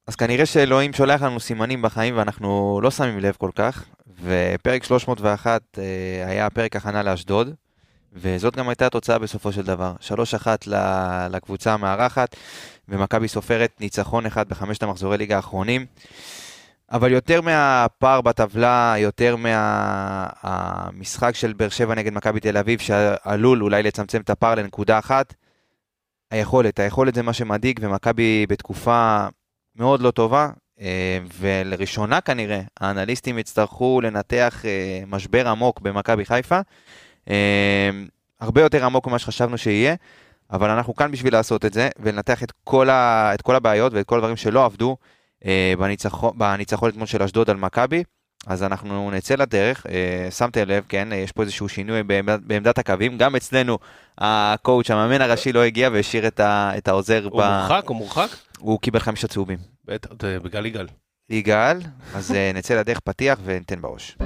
אז כנראה שאלוהים שולח לנו סימנים בחיים ואנחנו לא שמים לב כל כך, ופרק 301 היה הפרק הכנה לאשדוד, וזאת גם הייתה התוצאה בסופו של דבר. 3-1 לקבוצה המארחת, ומכבי סופרת ניצחון אחד בחמשת המחזורי ליגה האחרונים. אבל יותר מהפער בטבלה, יותר מהמשחק של באר שבע נגד מכבי תל אביב, שעלול אולי לצמצם את הפער לנקודה אחת, היכולת זה מה שמדאיג, ומכבי בתקופה מאוד לא טובה, ולראשונה כנראה, האנליסטים יצטרכו לנתח משבר עמוק במכבי חיפה, הרבה יותר עמוק ממה שחשבנו שיהיה, אבל אנחנו כאן בשביל לעשות את זה, ולנתח את כל הבעיות ואת כל הדברים שלא עבדו, בניצחון אתמול של אשדוד על מכבי. אז אנחנו נצא לדרך. שמתם לב, כן, יש פה איזשהו שינוי בעמדת הקווים, גם אצלנו הקואוץ' המאמן הראשי לא הגיע והשאיר את העוזר. הוא מורחק? הוא קיבל 5 צהובים. בגלל יגאל. יגאל, אז נצא לדרך פתיח וניתן בראש.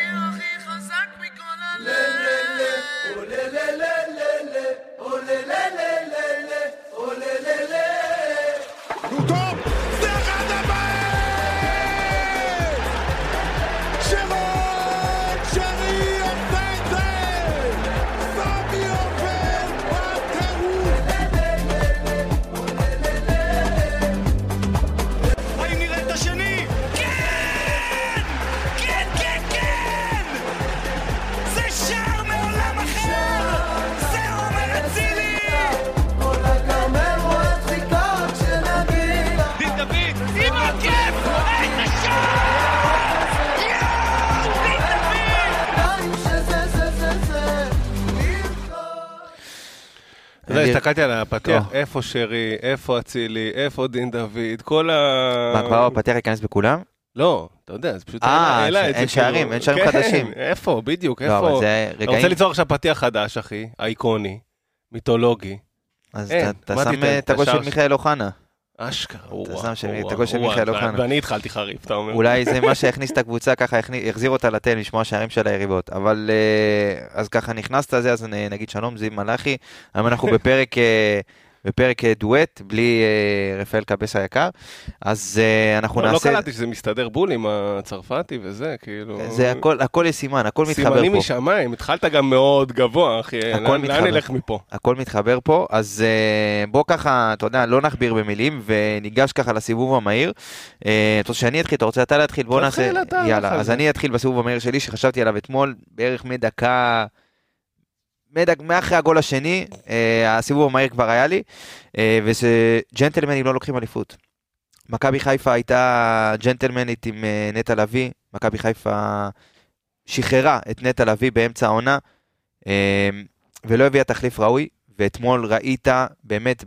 הסתכלתי על הפתיח, איפה שרי, איפה אצילי, איפה דין דוד, כל ה... מה, כבר הפתיח ייכנס בכולם? לא, אתה יודע, זה פשוט העלה את זה. אין שערים חדשים. איפה, בדיוק, איפה? אתה רוצה ליצור עכשיו פתיח חדש, אחי, אייקוני, מיתולוגי. אז אתה שם את הגול של מיכאל אוחנה. אשכרה, אתה שם את הגול של מיכאל אוחנה. ואני התחלתי חריף, אתה אומר. אולי זה מה שהכניס את הקבוצה, ככה יחזיר אותה לתל, לשמוע שערים של היריבות. אבל אז ככה נכנסת לזה, אז נגיד שלום, זיו מלאכי. היום אנחנו בפרק דואט, בלי רפאל קבס היקר. אז אנחנו נעשה... לא קלטתי שזה מסתדר בול עם הצרפתי וזה, כאילו... זה הכל יש סימן, הכל מתחבר פה. סימנים משמיים, התחלת גם מאוד גבוה, אחי. לאן נלך מפה? הכל מתחבר פה, אז בוא ככה, אתה יודע, לא נחביר במילים, וניגש ככה לסיבוב המהיר. אתה רוצה שאני אתחיל? אתה רוצה אתה להתחיל? בוא נעשה... יאללה, אז אני אתחיל בסיבוב המהיר שלי, שחשבתי עליו אתמול, בערך מדקה... מאחרי הגול השני, הסיבוב המהיר כבר היה לי, וזה ג'נטלמנים לא לוקחים אליפות. מכבי חיפה הייתה ג'נטלמנית עם נטע לביא, מכבי חיפה שחררה את נטע לביא באמצע העונה, ולא הביאה תחליף ראוי, ואתמול ראית באמת,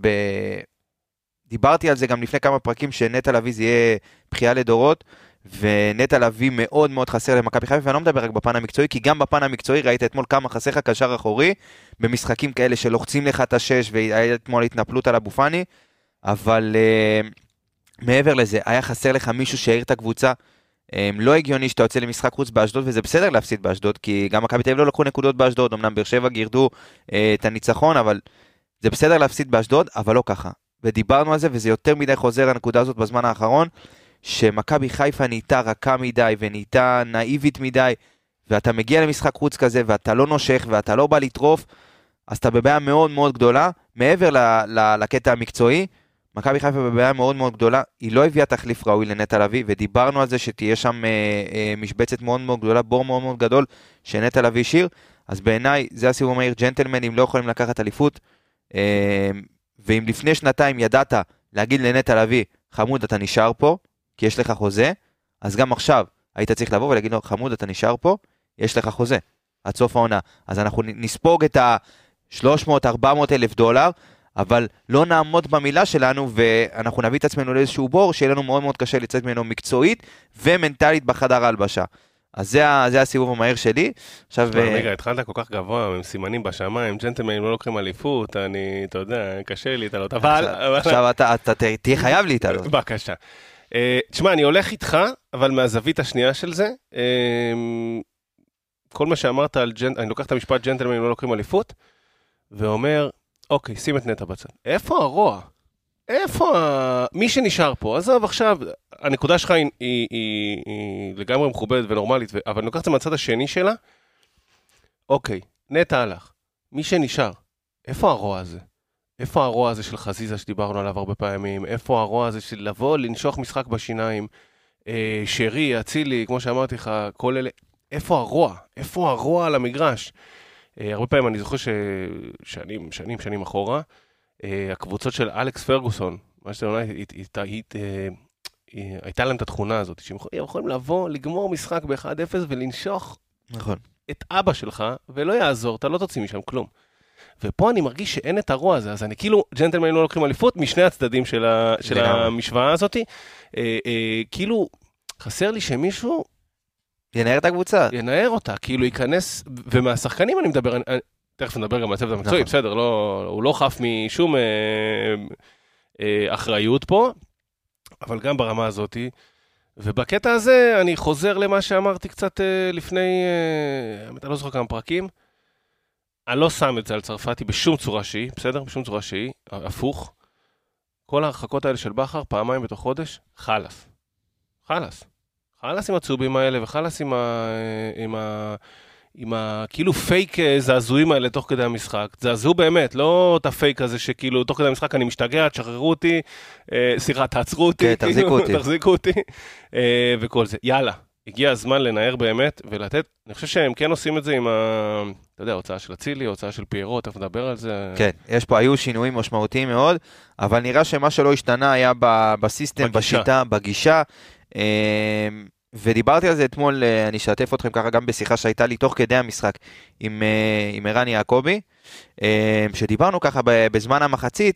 דיברתי על זה גם לפני כמה פרקים, שנטע לביא זה יהיה בחייה לדורות, ונטע לביא מאוד מאוד חסר למכבי חיפה, ואני לא מדבר רק בפן המקצועי, כי גם בפן המקצועי ראית אתמול כמה חסר לך קשר אחורי, במשחקים כאלה שלוחצים לך את השש, והיה אתמול התנפלות על אבו פאני, אבל מעבר לזה, היה חסר לך מישהו שהעיר את הקבוצה, לא הגיוני שאתה יוצא למשחק חוץ באשדוד, וזה בסדר להפסיד באשדוד, כי גם מכבי תל אביב לא לקחו נקודות באשדוד, אמנם באר שבע גירדו את הניצחון, אבל זה בסדר להפסיד באשדוד, אבל לא ככה. ודיברנו על זה, וזה יותר מדי חוזר לנקודה הזאת בזמן האחרון, שמכבי חיפה נהייתה רכה מדי, ונהייתה נאיבית מדי, ואתה מגיע למשחק חוץ כזה, ואתה לא נושך, ואתה לא בא לטרוף, אז אתה בבעיה מאוד מאוד גדולה, מעבר לקטע המקצועי, מכבי חיפה בבעיה מאוד מאוד גדולה, היא לא הביאה תחליף ראוי לנטע לביא, ודיברנו על זה שתהיה שם משבצת מאוד מאוד גדולה, בור מאוד מאוד גדול, שנטע לביא שיר, אז בעיניי זה הסיבוב המהיר, ג'נטלמנים לא יכולים לקחת אליפות, ואם לפני שנתיים ידעת להגיד לנטע לביא, חמוד אתה נשאר פה, כי יש לך חוזה, אז גם עכשיו היית צריך לבוא ולהגיד לו, חמוד אתה נשאר פה, יש לך חוזה, עד סוף העונה, אז אנחנו נספוג את ה-300-400 אלף דולר, אבל לא נעמוד במילה שלנו, ואנחנו נביא את עצמנו לאיזשהו בור, שיהיה לנו מאוד מאוד קשה לצאת ממנו מקצועית, ומנטלית בחדר ההלבשה. אז זה הסיבוב המהיר שלי. עכשיו... רגע, התחלת כל כך גבוה, עם סימנים בשמיים, ג'נטלמנים לא לוקחים אליפות, אתה יודע, קשה לי להתעלות, אבל... עכשיו אתה תהיה חייב להתעלות. בבקשה. תשמע, אני הולך איתך, אבל מהזווית השנייה של זה, כל מה שאמרת על אני לוקח את המשפט ג'נטלמנים לא לוקחים אליפות, ואומר, אוקיי, שים את נטע בצד. איפה הרוע? איפה מי שנשאר פה? עזוב עכשיו, הנקודה שלך היא לגמרי מכובדת ונורמלית, אבל אני לוקח את זה מהצד השני שלה, אוקיי, נטע הלך, מי שנשאר, איפה הרוע הזה? איפה הרוע הזה של חזיזה שדיברנו עליו הרבה פעמים? איפה הרוע הזה של לבוא, לנשוך משחק בשיניים? שרי, אצילי, כמו שאמרתי לך, כל אלה, איפה הרוע? איפה הרוע על המגרש? הרבה פעמים אני זוכר שנים אחורה, הקבוצות של אלכס פרגוסון, מה שאתה אומר, הייתה להם את התכונה הזאת, שהם יכולים לבוא, לגמור משחק ב-1-0 ולנשוך את אבא שלך, ולא יעזור, אתה לא תוציא משם כלום. ופה אני מרגיש שאין את הרוע הזה, אז אני כאילו, ג'נטלמנים לא לוקחים אליפות משני הצדדים של המשוואה הזאת, כאילו, חסר לי שמישהו ינער את הקבוצה. ינער אותה, כאילו ייכנס, ומהשחקנים אני מדבר, תכף נדבר גם על הצוות המקצועי, בסדר, הוא לא חף משום אחריות פה, אבל גם ברמה הזאת, ובקטע הזה אני חוזר למה שאמרתי קצת לפני, אני לא זוכר כמה פרקים, אני לא שם את זה על צרפתי בשום צורה שהיא, בסדר? בשום צורה שהיא, הפוך. כל ההרחקות האלה של בחר, פעמיים בתוך חודש, חלס. חלס. חלס עם הצהובים האלה, וחלס עם כאילו פייק זעזועים האלה תוך כדי המשחק. זעזעו באמת, לא את הפייק הזה שכאילו תוך כדי המשחק אני משתגע, תשחררו אותי, סליחה, תעצרו אותי, תחזיקו אותי, וכל זה. יאללה. הגיע הזמן לנער באמת ולתת, אני חושב שהם כן עושים את זה עם אתה יודע, הוצאה של אצילי, הוצאה של פיירו, אתה מדבר על זה. כן, היו שינויים משמעותיים מאוד, אבל נראה שמה שלא השתנה היה בסיסטם, בשיטה, בגישה, ודיברתי על זה אתמול, אני אשתף אתכם ככה גם בשיחה שהייתה לי תוך כדי המשחק עם ערן יעקבי, שדיברנו ככה בזמן המחצית,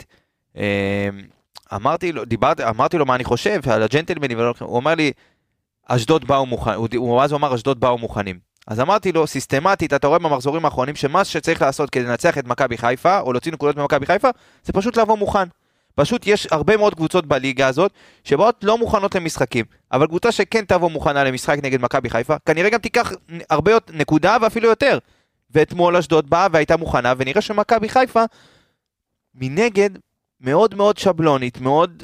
אמרתי לו מה אני חושב על הג'נטלמנים, הוא אומר לי, אשדוד באו מוכנים, הוא אמר אשדוד באו מוכנים. אז אמרתי לו, סיסטמטית, אתה רואה במחזורים האחרונים, שמה שצריך לעשות כדי לנצח את מכבי חיפה, או להוציא נקודות ממכבי חיפה, זה פשוט לבוא מוכן. פשוט יש הרבה מאוד קבוצות בליגה הזאת, שבאות לא מוכנות למשחקים. אבל קבוצה שכן תבוא מוכנה למשחק נגד מכבי חיפה, כנראה גם תיקח הרבה נקודה ואפילו יותר. ואתמול אשדוד באה והייתה מוכנה, ונראה שמכבי חיפה, מנגד, מאוד מאוד שבלונית, מאוד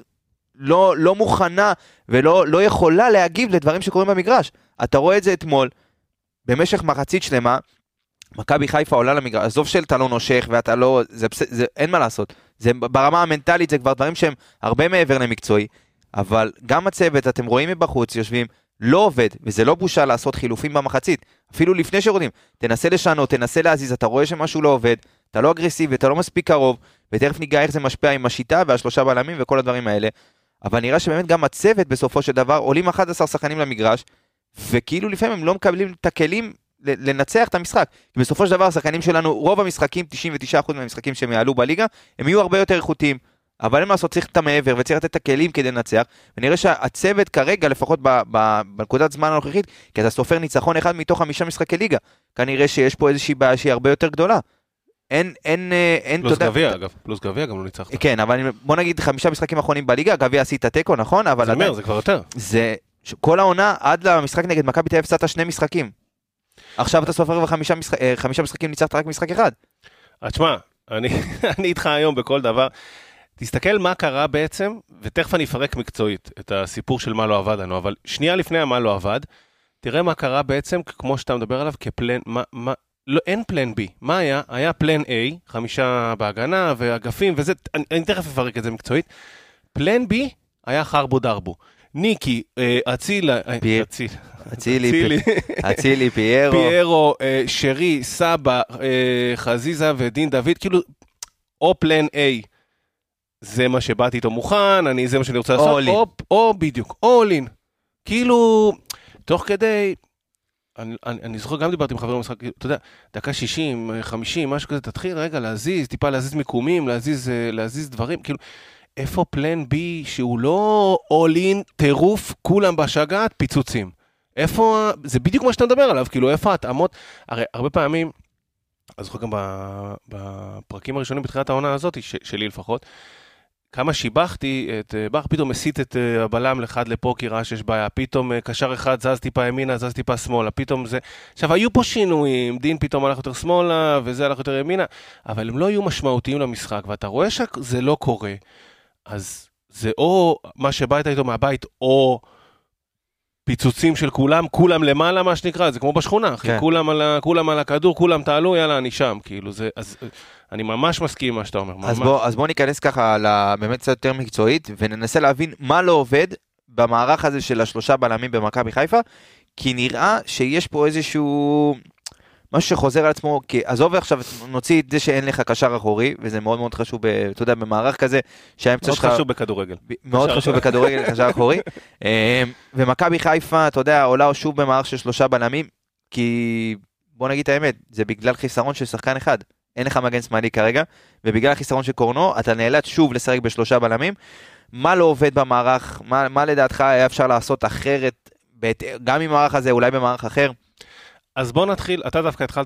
לא מוכנה ולא יכולה להגיב לדברים שקורים במגרש. אתה רואה את זה אתמול, במשך מחצית שלמה, מכבי חיפה עולה למגרש, עזוב שאתה לא נושך ואתה לא, זה אין מה לעשות. זה ברמה המנטלית, זה כבר דברים שהם הרבה מעבר למקצועי, אבל גם הצוות, אתם רואים מבחוץ, יושבים, לא עובד, וזה לא בושה לעשות חילופים במחצית, אפילו לפני שרודים, תנסה לשנות, תנסה להזיז, אתה רואה שמשהו לא עובד, אתה לא אגרסיבי, אתה לא מספיק קרוב, ותכף ניגע איך זה משפיע עם השיטה והשלושה בלמים וכל הדברים האלה, אבל נראה שבאמת גם הצוות בסופו של דבר עולים 11 שחקנים למגרש, וכאילו לפעמים הם לא מקבלים את הכלים לנצח את המשחק. כי בסופו של דבר השחקנים שלנו, רוב המשחקים, 99% מהמשחקים שהם יעלו בליגה, הם יהיו הרבה יותר איכותיים. אבל אין מה לעשות, צריך את המעבר וצריך לתת את הכלים כדי לנצח. ונראה שהצוות כרגע, לפחות בנקודת זמן הנוכחית, כי אתה סופר ניצחון אחד מתוך 5 משחקי ליגה, כנראה שיש פה איזושהי בעיה שהיא הרבה יותר גדולה. אין פלוס גביע, אגב, פלוס גביע גם לא ניצחת. כן, אבל בוא נגיד 5 משחקים האחרונים בליגה, גביע עשית תיקו, נכון? זה כבר יותר. כל העונה, עד למשחק נגד מכבי תל אביב, הפסדת 2 משחקים. עכשיו אתה סופר ו5 משחקים ניצחת רק משחק אחד. תשמע, אני איתך היום בכל דבר. תסתכל מה קרה בעצם, ותכף אני אפרק מקצועית את הסיפור של מה לא עבד לנו, אבל שנייה לפני מה לא עבד, תראה מה קרה בעצם, כמו שאתה מדבר עליו, כפלן, לא, אין פלן B. מה היה? היה פלן A, 5 בהגנה ואגפים, וזה, אני תכף אפרק את זה מקצועית. פלן B היה חרבו דרבו. ניקי, אצילי, פיירו, שרי, סבא, חזיזה ודין דוד, כאילו, או פלן A, זה מה שבאתי איתו מוכן, זה מה שאני רוצה לעשות, או בדיוק, או אולין. כאילו, תוך כדי, אני זוכר, גם דיברתי עם חברים במשחק, אתה יודע, דקה 60, 50, משהו כזה, תתחיל רגע להזיז, טיפה להזיז מיקומים, להזיז דברים, כאילו, איפה פלן בי שהוא לא אולין, טירוף, כולם בשגעת, פיצוצים. איפה, זה בדיוק מה שאתה מדבר עליו, כאילו, איפה התאמות, הרי הרבה פעמים, אני זוכר גם בפרקים הראשונים בתחילת העונה הזאת, שלי לפחות, כמה שיבחתי את בר, פתאום מסית את הבלם לחד לפה, כי ראה שיש בעיה, פתאום קשר אחד זז טיפה ימינה, זז טיפה שמאלה, פתאום זה, עכשיו היו פה שינויים, דין פתאום הלך יותר שמאלה, וזה הלך יותר ימינה, אבל הם לא היו משמעותיים למשחק, ואתה רואה שזה לא קורה, אז זה או מה שבאת איתו מהבית, או פיצוצים של כולם למעלה, מה שנקרא, זה כמו בשכונה, אחי, כולם על הכדור, כולם תעלו, יאללה, אני שם, כאילו, זה, אז אני ממש מסכים מה שאתה אומר. אז בוא ניכנס ככה, באמת קצת יותר מקצועית, וננסה להבין מה לא עובד במערך הזה של השלושה בלמים במכבי חיפה, כי נראה שיש פה איזשהו משהו שחוזר על עצמו, כי עזוב עכשיו, נוציא את זה שאין לך קשר אחורי, וזה מאוד מאוד חשוב, אתה יודע, במערך כזה, שהאמצע שלך... מאוד חשוב בכדורגל. מאוד חשוב בכדורגל, קשר אחורי. ומכבי חיפה, אתה יודע, עולה שוב במערך של שלושה בלמים, כי בוא נגיד את האמת, זה בגלל חיסרון של שחקן אחד. אין לך מגן שמאלי כרגע, ובגלל החיסרון של קורנו, אתה נאלץ שוב לשחק בשלושה בלמים. מה לא עובד במערך? מה לדעתך היה אפשר לעשות אחרת, גם עם המערך הזה, אולי במערך אחר? אז בוא נתחיל, אתה דווקא התחלת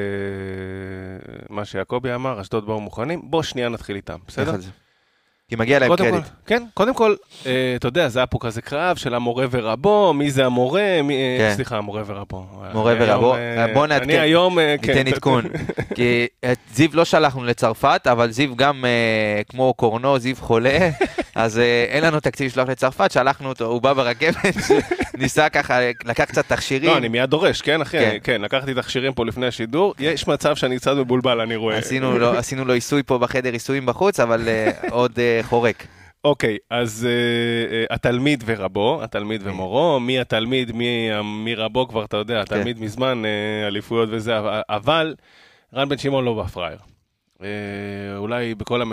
במה שיעקובי אמר, אשדוד באו מוכנים, בוא שנייה נתחיל איתם, בסדר? כי מגיע להם קרדיט. כן, קודם כל, אתה יודע, זה היה פה כזה קרב של המורה ורבו, מי זה המורה, סליחה, המורה ורבו. מורה ורבו, בוא נעדכן, אני היום, ניתן עדכון, כי זיו לא שלחנו לצרפת, אבל זיו גם כמו קורנו, זיו חולה, אז אין לנו תקציב לשלוח לצרפת, שלחנו אותו, הוא בא ברכבת, ניסה ככה, לקח קצת תכשירים. לא, אני מיד דורש, כן אחי, כן, לקחתי תכשירים פה לפני השידור, יש מצב שאני קצת מבולבל, אני רואה. עשינו לו עיסוי פה בחדר, עיסויים בחוץ, אבל עוד חורק. אוקיי, אז התלמיד ורבו, התלמיד ומורו, מי התלמיד, מי רבו כבר, אתה יודע, התלמיד מזמן, אליפויות וזה, אבל רן בן שמעון לא בפרייר. אולי בכל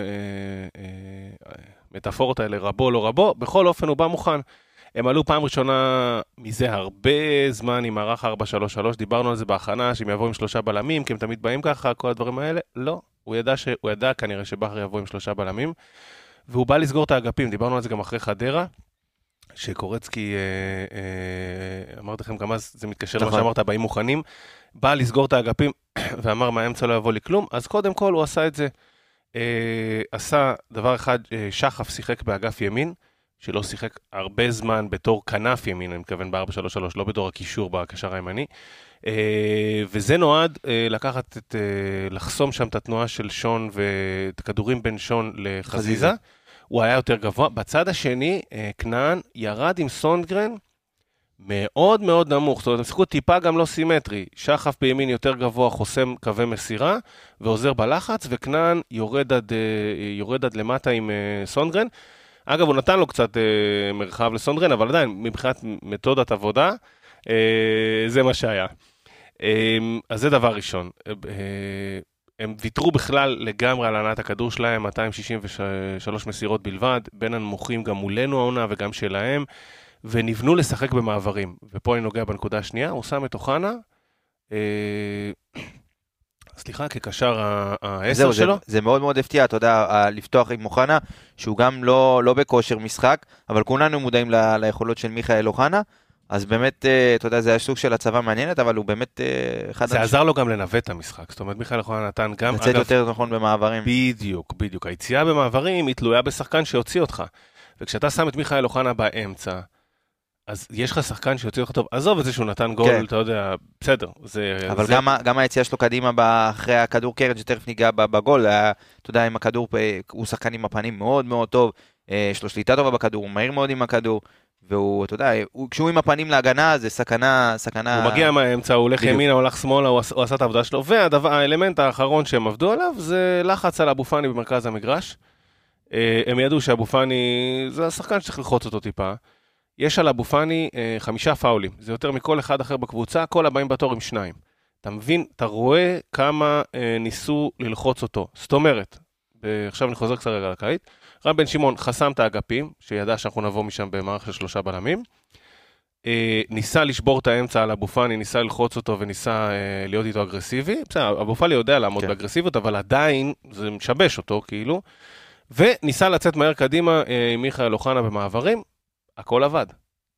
המטאפורות האלה, רבו, לא רבו, בכל אופן הוא בא מוכן. הם עלו פעם ראשונה מזה הרבה זמן עם מערך 4-3-3, דיברנו על זה בהכנה, שהם יבואו עם שלושה בלמים, כי הם תמיד באים ככה, כל הדברים האלה, לא. הוא ידע כנראה שבחר יבוא עם שלושה בלמים, והוא בא לסגור את האגפים, דיברנו על זה גם אחרי חדרה, שקורצקי, אמרתי לכם גם אז, זה מתקשר למה שאמרת, באים מוכנים, בא לסגור את האגפים, ואמר מהאמצע לא יבוא לי כלום, אז קודם כל הוא עשה את זה, עשה דבר אחד, שחף שיחק באגף ימין, שלא שיחק הרבה זמן בתור כנף ימין, אני מתכוון ב-4-3-3, לא בתור הקישור בקשר הימני, וזה נועד לקחת לחסום שם את התנועה של שון ואת הכדורים בין שון לחזיזה, הוא היה יותר גבוה. בצד השני, כנען ירד עם סונדגרן מאוד מאוד נמוך, זאת אומרת, הם שיחקו טיפה גם לא סימטרי, שחף בימין יותר גבוה, חוסם קווי מסירה, ועוזר בלחץ, וכנען יורד עד למטה עם סונדגרן. אגב, הוא נתן לו קצת מרחב לסונדגרן, אבל עדיין, מבחינת מתודת עבודה, זה מה שהיה. אז זה דבר ראשון. הם ויתרו בכלל לגמרי על ענת הכדור שלהם, 263 מסירות בלבד, בין הנמוכים גם מולנו העונה וגם שלהם, ונבנו לשחק במעברים. ופה אני נוגע בנקודה השנייה, הוא שם את אוחנה, סליחה, כקשר ה-10 שלו. זה מאוד מאוד הפתיע, אתה יודע, לפתוח עם אוחנה, שהוא גם לא בכושר משחק, אבל כולנו מודעים ליכולות של מיכאל אוחנה, אז באמת, אתה יודע, זה היה סוג של הצבה מעניינת, אבל הוא באמת... זה עזר לו גם לנווט את המשחק, זאת אומרת, מיכאל אוחנה נתן גם... לצאת יותר נכון במעברים. בדיוק. היציאה במעברים היא תלויה בשחקן שיוציא אותך, וכשאתה שם את מיכאל אוחנה באמצע, אז יש לך שחקן שיוציא אותך טוב, עזוב את זה שהוא נתן גול, אתה יודע, בסדר. אבל גם היציאה שלו קדימה אחרי הכדור קרן, שתכף ניגע בגול, אתה יודע, עם הכדור, הוא שחקן עם הפנים מאוד מאוד טוב, יש לו שליטה טובה בכדור, הוא מהיר מאוד עם הכדור, והוא, אתה יודע, כשהוא עם הפנים להגנה, זה סכנה... הוא מגיע מהאמצע, הוא הולך ימינה, הוא הולך שמאלה, הוא עשה את העבודה שלו, והאלמנט האחרון שהם עבדו עליו, זה לחץ על אבו פאני במרכז המגרש. הם ידעו שאבו פאני, זה השחקן שצריך ללחוץ אותו טיפה. יש על אבו פאני 5 פאולים, זה יותר מכל אחד אחר בקבוצה, כל הבאים בתור עם 2. אתה מבין, אתה רואה כמה ניסו ללחוץ אותו. זאת אומרת, עכשיו אני חוזר קצת רגע לקהית, רן בן שמעון חסם את האגפים, שידע שאנחנו נבוא משם במערך של 3 בלמים, ניסה לשבור את האמצע על אבו פאני, ניסה ללחוץ אותו וניסה להיות איתו אגרסיבי, בסדר, אבו פאני יודע לעמוד באגרסיביות, אבל עדיין זה משבש אותו כאילו, וניסה לצאת מהר קדימה עם מיכאל אוחנה במעברים, הכל עבד.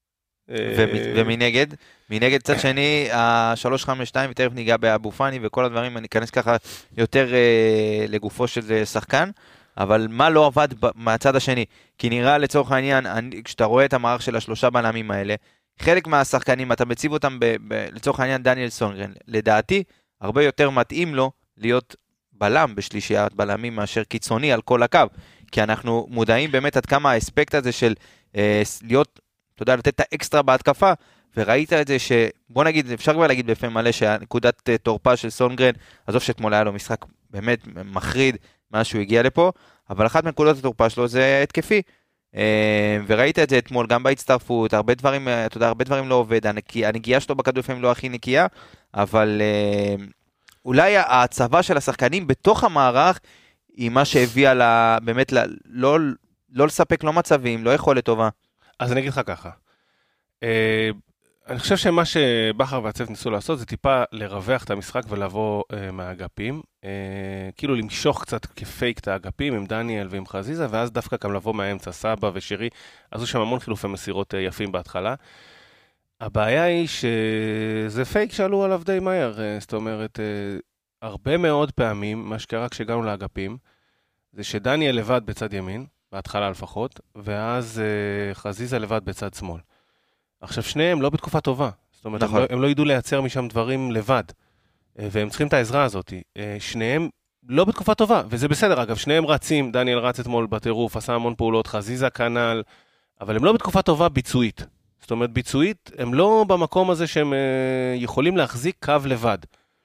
ומנגד צד שני, ה-352, ותכף ניגע באבו פאני וכל הדברים, אני אכנס ככה יותר לגופו של שחקן, אבל מה לא עבד מהצד השני? כי נראה לצורך העניין, כשאתה רואה את המערך של השלושה בלמים האלה, חלק מהשחקנים, אתה מציב אותם לצורך העניין דניאל סונגרן, לדעתי, הרבה יותר מתאים לו להיות בלם בשלישיית בלמים מאשר קיצוני על כל הקו, כי אנחנו מודעים באמת עד כמה האספקט הזה של להיות, אתה יודע, לתת את האקסטרה בהתקפה, וראית את זה בוא נגיד, אפשר כבר להגיד בפה מלא שהנקודת תורפה של סונגרן, עזוב שאתמול היה לו משחק באמת מחריד מאז שהוא הגיע לפה, אבל אחת מנקודות התורפה שלו זה התקפי, וראית את זה אתמול גם בהצטרפות, הרבה דברים, אתה יודע, הרבה דברים לא עובד, הנגיעה שלו בכדור לפעמים לא הכי נקייה, אבל אולי ההצבה של השחקנים בתוך המערך, היא מה שהביאה באמת לא לספק לא מצבים, לא יכולת טובה. אז אני אגיד לך ככה, אני חושב שמה שבחר והצוות ניסו לעשות זה טיפה לרווח את המשחק ולבוא מהאגפים, כאילו למשוך קצת כפייק את האגפים עם דניאל ועם חזיזה, ואז דווקא גם לבוא מהאמצע, סבא ושירי, אז יש שם המון חילופי מסירות יפים בהתחלה. הבעיה היא שזה פייק שעלו עליו די מהר, זאת אומרת, הרבה מאוד פעמים, מה שקרה כשהגענו לאגפים, זה שדניאל לבד בצד ימין, בהתחלה לפחות, ואז חזיזה לבד בצד שמאל. עכשיו שניהם לא בתקופה טובה, זאת אומרת, נכון. הם לא ידעו לייצר משם דברים לבד, והם צריכים את העזרה הזאת. שניהם לא בתקופה טובה, וזה בסדר אגב, שניהם רצים, דניאל רץ אתמול בטירוף, עשה המון פעולות, חזיזה כנ"ל, אבל הם לא בתקופה טובה ביצועית. זאת אומרת, ביצועית, הם לא במקום הזה שהם יכולים להחזיק קו לבד.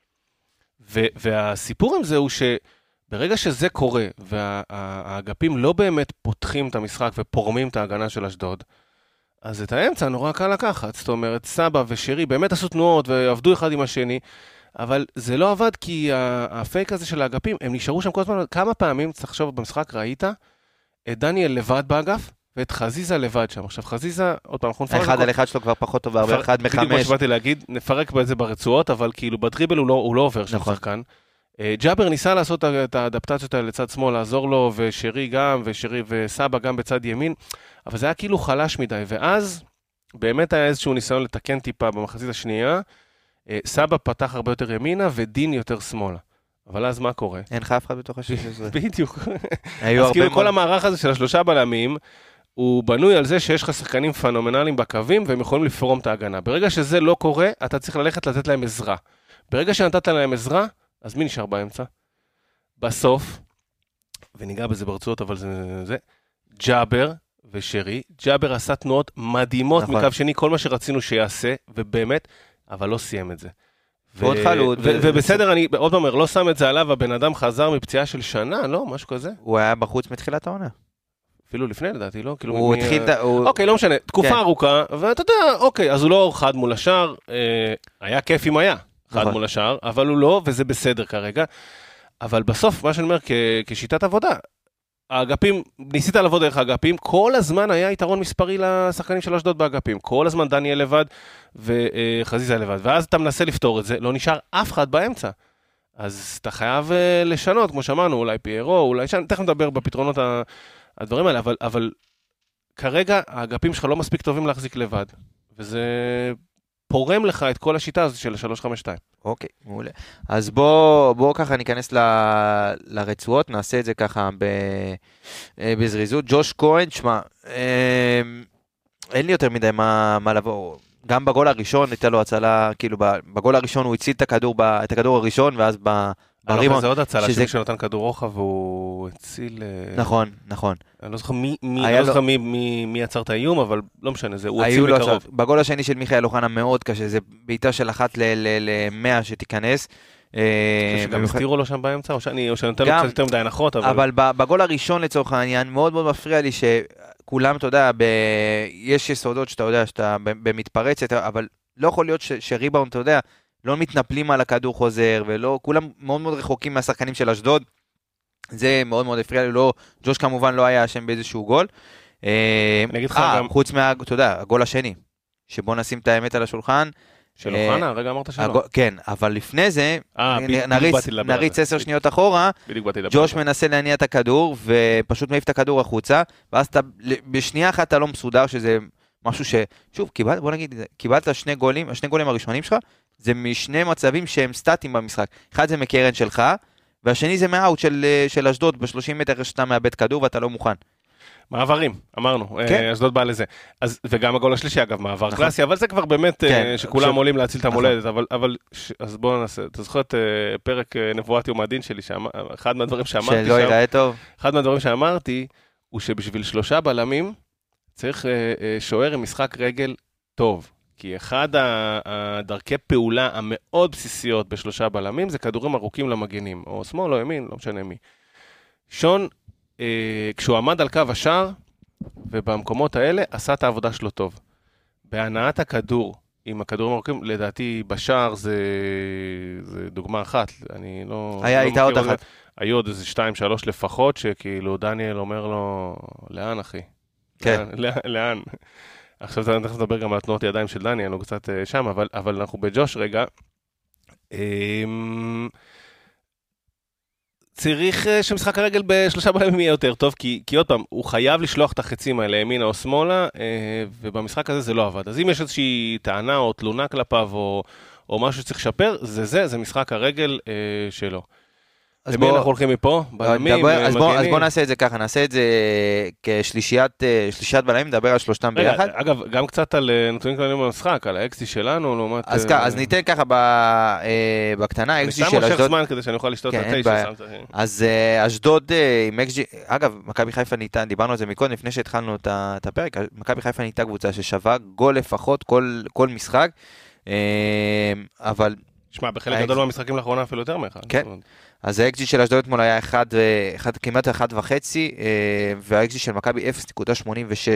והסיפור עם זה הוא שברגע שזה קורה, והאגפים לא באמת פותחים את המשחק ופורמים את ההגנה של אשדוד, אז את האמצע נורא קל לקחת. זאת אומרת, סבא ושירי באמת עשו תנועות ועבדו אחד עם השני, אבל זה לא עבד כי הפייק הזה של האגפים, הם נשארו שם כל הזמן, כמה פעמים, צריך לחשוב במשחק, ראית את דניאל לבד באגף, ואת חזיזה לבד שם. עכשיו חזיזה, עוד פעם, אנחנו נפרק... אחד על אחד שלו כבר פחות טוב, הרבה אחד מחמש. בדיוק מה שבאתי להגיד, נפרק בזה ברצועות, אבל כאילו בדריבל הוא לא עובר שם שחקן. ג'אבר ניסה לעשות את האדפטציות האלה לצד שמאל, לעזור לו, ושירי גם, ושירי וסבא גם בצד ימין, אבל זה היה כאילו חלש מדי, ואז באמת היה איזשהו ניסיון לתקן טיפה במחצית השנייה, סבא פתח הרבה יותר ימינה, ודין יותר שמאלה. אבל אז מה קורה? אין לך אף אחד בתוך ה-16. בדיוק. אז כאילו כל המערך הזה של השלושה בלמים, הוא בנוי על זה שיש לך שחקנים פנומנליים בקווים, והם יכולים לפרום את ההגנה. ברגע שזה לא קורה, אתה צריך ללכת לתת להם עזרה. ברגע שנתת להם עזרה, אז מי נשאר באמצע? בסוף, וניגע בזה ברצועות, אבל זה, ג'אבר ושירי, ג'אבר עשה תנועות מדהימות מקו שני, כל מה שרצינו שיעשה, ובאמת, אבל לא סיים את זה. ועוד חלוד. ובסדר, אני עוד פעם אומר, לא שם את זה עליו, הבן אדם חזר מפציעה של שנה, לא? משהו כזה. הוא היה בחוץ מתחילת העונה. אפילו לפני לדעתי, לא? הוא התחיל... אוקיי, לא משנה, תקופה ארוכה, ואתה יודע, אוקיי, אז הוא לא חד מול השאר, היה כיף אם היה חד מול השאר, אבל הוא לא, וזה בסדר כרגע. אבל בסוף, מה שאני אומר, כשיטת עבודה, האגפים, ניסית לעבוד דרך האגפים, כל הזמן היה יתרון מספרי לשחקנים של אשדוד באגפים, כל הזמן דניאל לבד וחזיזה לבד, ואז אתה מנסה לפתור את זה, לא נשאר אף אחד באמצע. אז אתה חייב לשנות, כמו שאמרנו, אולי פיירו, אולי תכף נדבר בפתרונות הדברים האלה, אבל כרגע האגפים שלך לא מספיק טובים להחזיק לבד, וזה פורם לך את כל השיטה הזאת של 352. אוקיי, מעולה. אז בוא ככה ניכנס לרצועות, נעשה את זה ככה בזריזות. ג'וש כהן, שמה, אין לי יותר מדי מה לבוא. גם בגול הראשון הייתה לו הצלה, כאילו בגול הראשון הוא הציל את הכדור הראשון, ואז בריבון. זה עוד הצלה שנותן כדור רוחב והוא הציל... נכון, נכון. אני לא זוכר מי יצר את האיום, אבל לא משנה, הוא הציל מקרוב. בגול השני של מיכאל אוחנה מאוד קשה, זה בעיטה של 1 ל-100 שתיכנס. שגם הסתירו לו שם באמצע, או שאני נותן לו קצת יותר מדי הנחות, אבל בגול הראשון לצורך העניין, מאוד מאוד מפריע לי שכולם, אתה יודע, יש יסודות שאתה יודע, שאתה במתפרצת, אבל לא יכול להיות שריבאונד, אתה יודע, לא מתנפלים על הכדור חוזר, ולא, כולם מאוד מאוד רחוקים מהשחקנים של אשדוד, זה מאוד מאוד הפריע לי, לא, ג'וש כמובן לא היה אשם באיזשהו גול, חוץ אתה יודע, הגול השני, שבוא נשים את האמת על השולחן, של אוחנה, הרגע אמרת שלא. כן, אבל לפני זה, נריץ 10 שניות אחורה, ג'וש מנסה להניע את הכדור, ופשוט מעיף את הכדור החוצה, ואז בשנייה אחת אתה לא מסודר, שזה משהו שוב, בוא נגיד, קיבלת השני גולים הראשונים שלך, זה משני מצבים שהם סטטיים במשחק. אחד זה מקרן שלך, והשני זה מהאוט של אשדוד, ב-30 מטר שאתה מאבד כדור ואתה לא מוכן. מעברים, אמרנו, אשדוד בא לזה. וגם הגול השלישי, אגב, מעבר קלאסי, אבל זה כבר באמת שכולם עולים להציל את המולדת, אבל אז בואו נעשה, אתה זוכר את פרק נבואת יום הדין שלי, אחד מהדברים שאמרתי שלא ייראה טוב. אחד מהדברים שאמרתי, הוא שבשביל 3 בלמים, צריך שוער עם משחק רגל טוב. כי אחד הדרכי פעולה המאוד בסיסיות ב3 בלמים, זה כדורים ארוכים למגנים, או שמאל או ימין, לא משנה מי. שון, כשהוא עמד על קו השער, ובמקומות האלה, עשה את העבודה שלו טוב. בהנעת הכדור, עם הכדורים ארוכים, לדעתי בשער זה דוגמה אחת, אני לא... הייתה עוד אחת. היו עוד איזה 2-3 לפחות, שכאילו דניאל אומר לו, לאן אחי? כן. לאן? עכשיו אני תכף לדבר גם על תנועות ידיים של דניאל, הוא קצת שם, אבל אנחנו בג'וש רגע. צריך שמשחק הרגל ב3 בלמים יהיה יותר טוב, כי עוד פעם, הוא חייב לשלוח את החצים האלה, ימינה או שמאלה, ובמשחק הזה זה לא עבד. אז אם יש איזושהי טענה או תלונה כלפיו, או משהו שצריך לשפר, זה משחק הרגל שלו. למי אנחנו הולכים מפה? בלמים, אז בוא נעשה את זה ככה, נעשה את זה כשלישיית בלמים, נדבר על שלושתם ביחד. אגב, גם קצת על נתונים כלליים במשחק, על האקסי שלנו, לעומת... אז ניתן ככה בקטנה, האקסי של אשדוד... אני שם מושך זמן כדי שאני אוכל לשתות את התשע. אז אשדוד עם אקסי... אגב, מכבי חיפה ניתן, דיברנו על זה מקודם, לפני שהתחלנו את הפרק, מכבי חיפה ניתה קבוצה ששווה גול לפחות כל משחק, אבל... שמע, בחלק גדול מהמשחקים לאחרונה אפילו יותר מאחד. כן. אז האקזיט של אשדוד אתמול היה כמעט 1.5, והאקזיט של מכבי 0.86.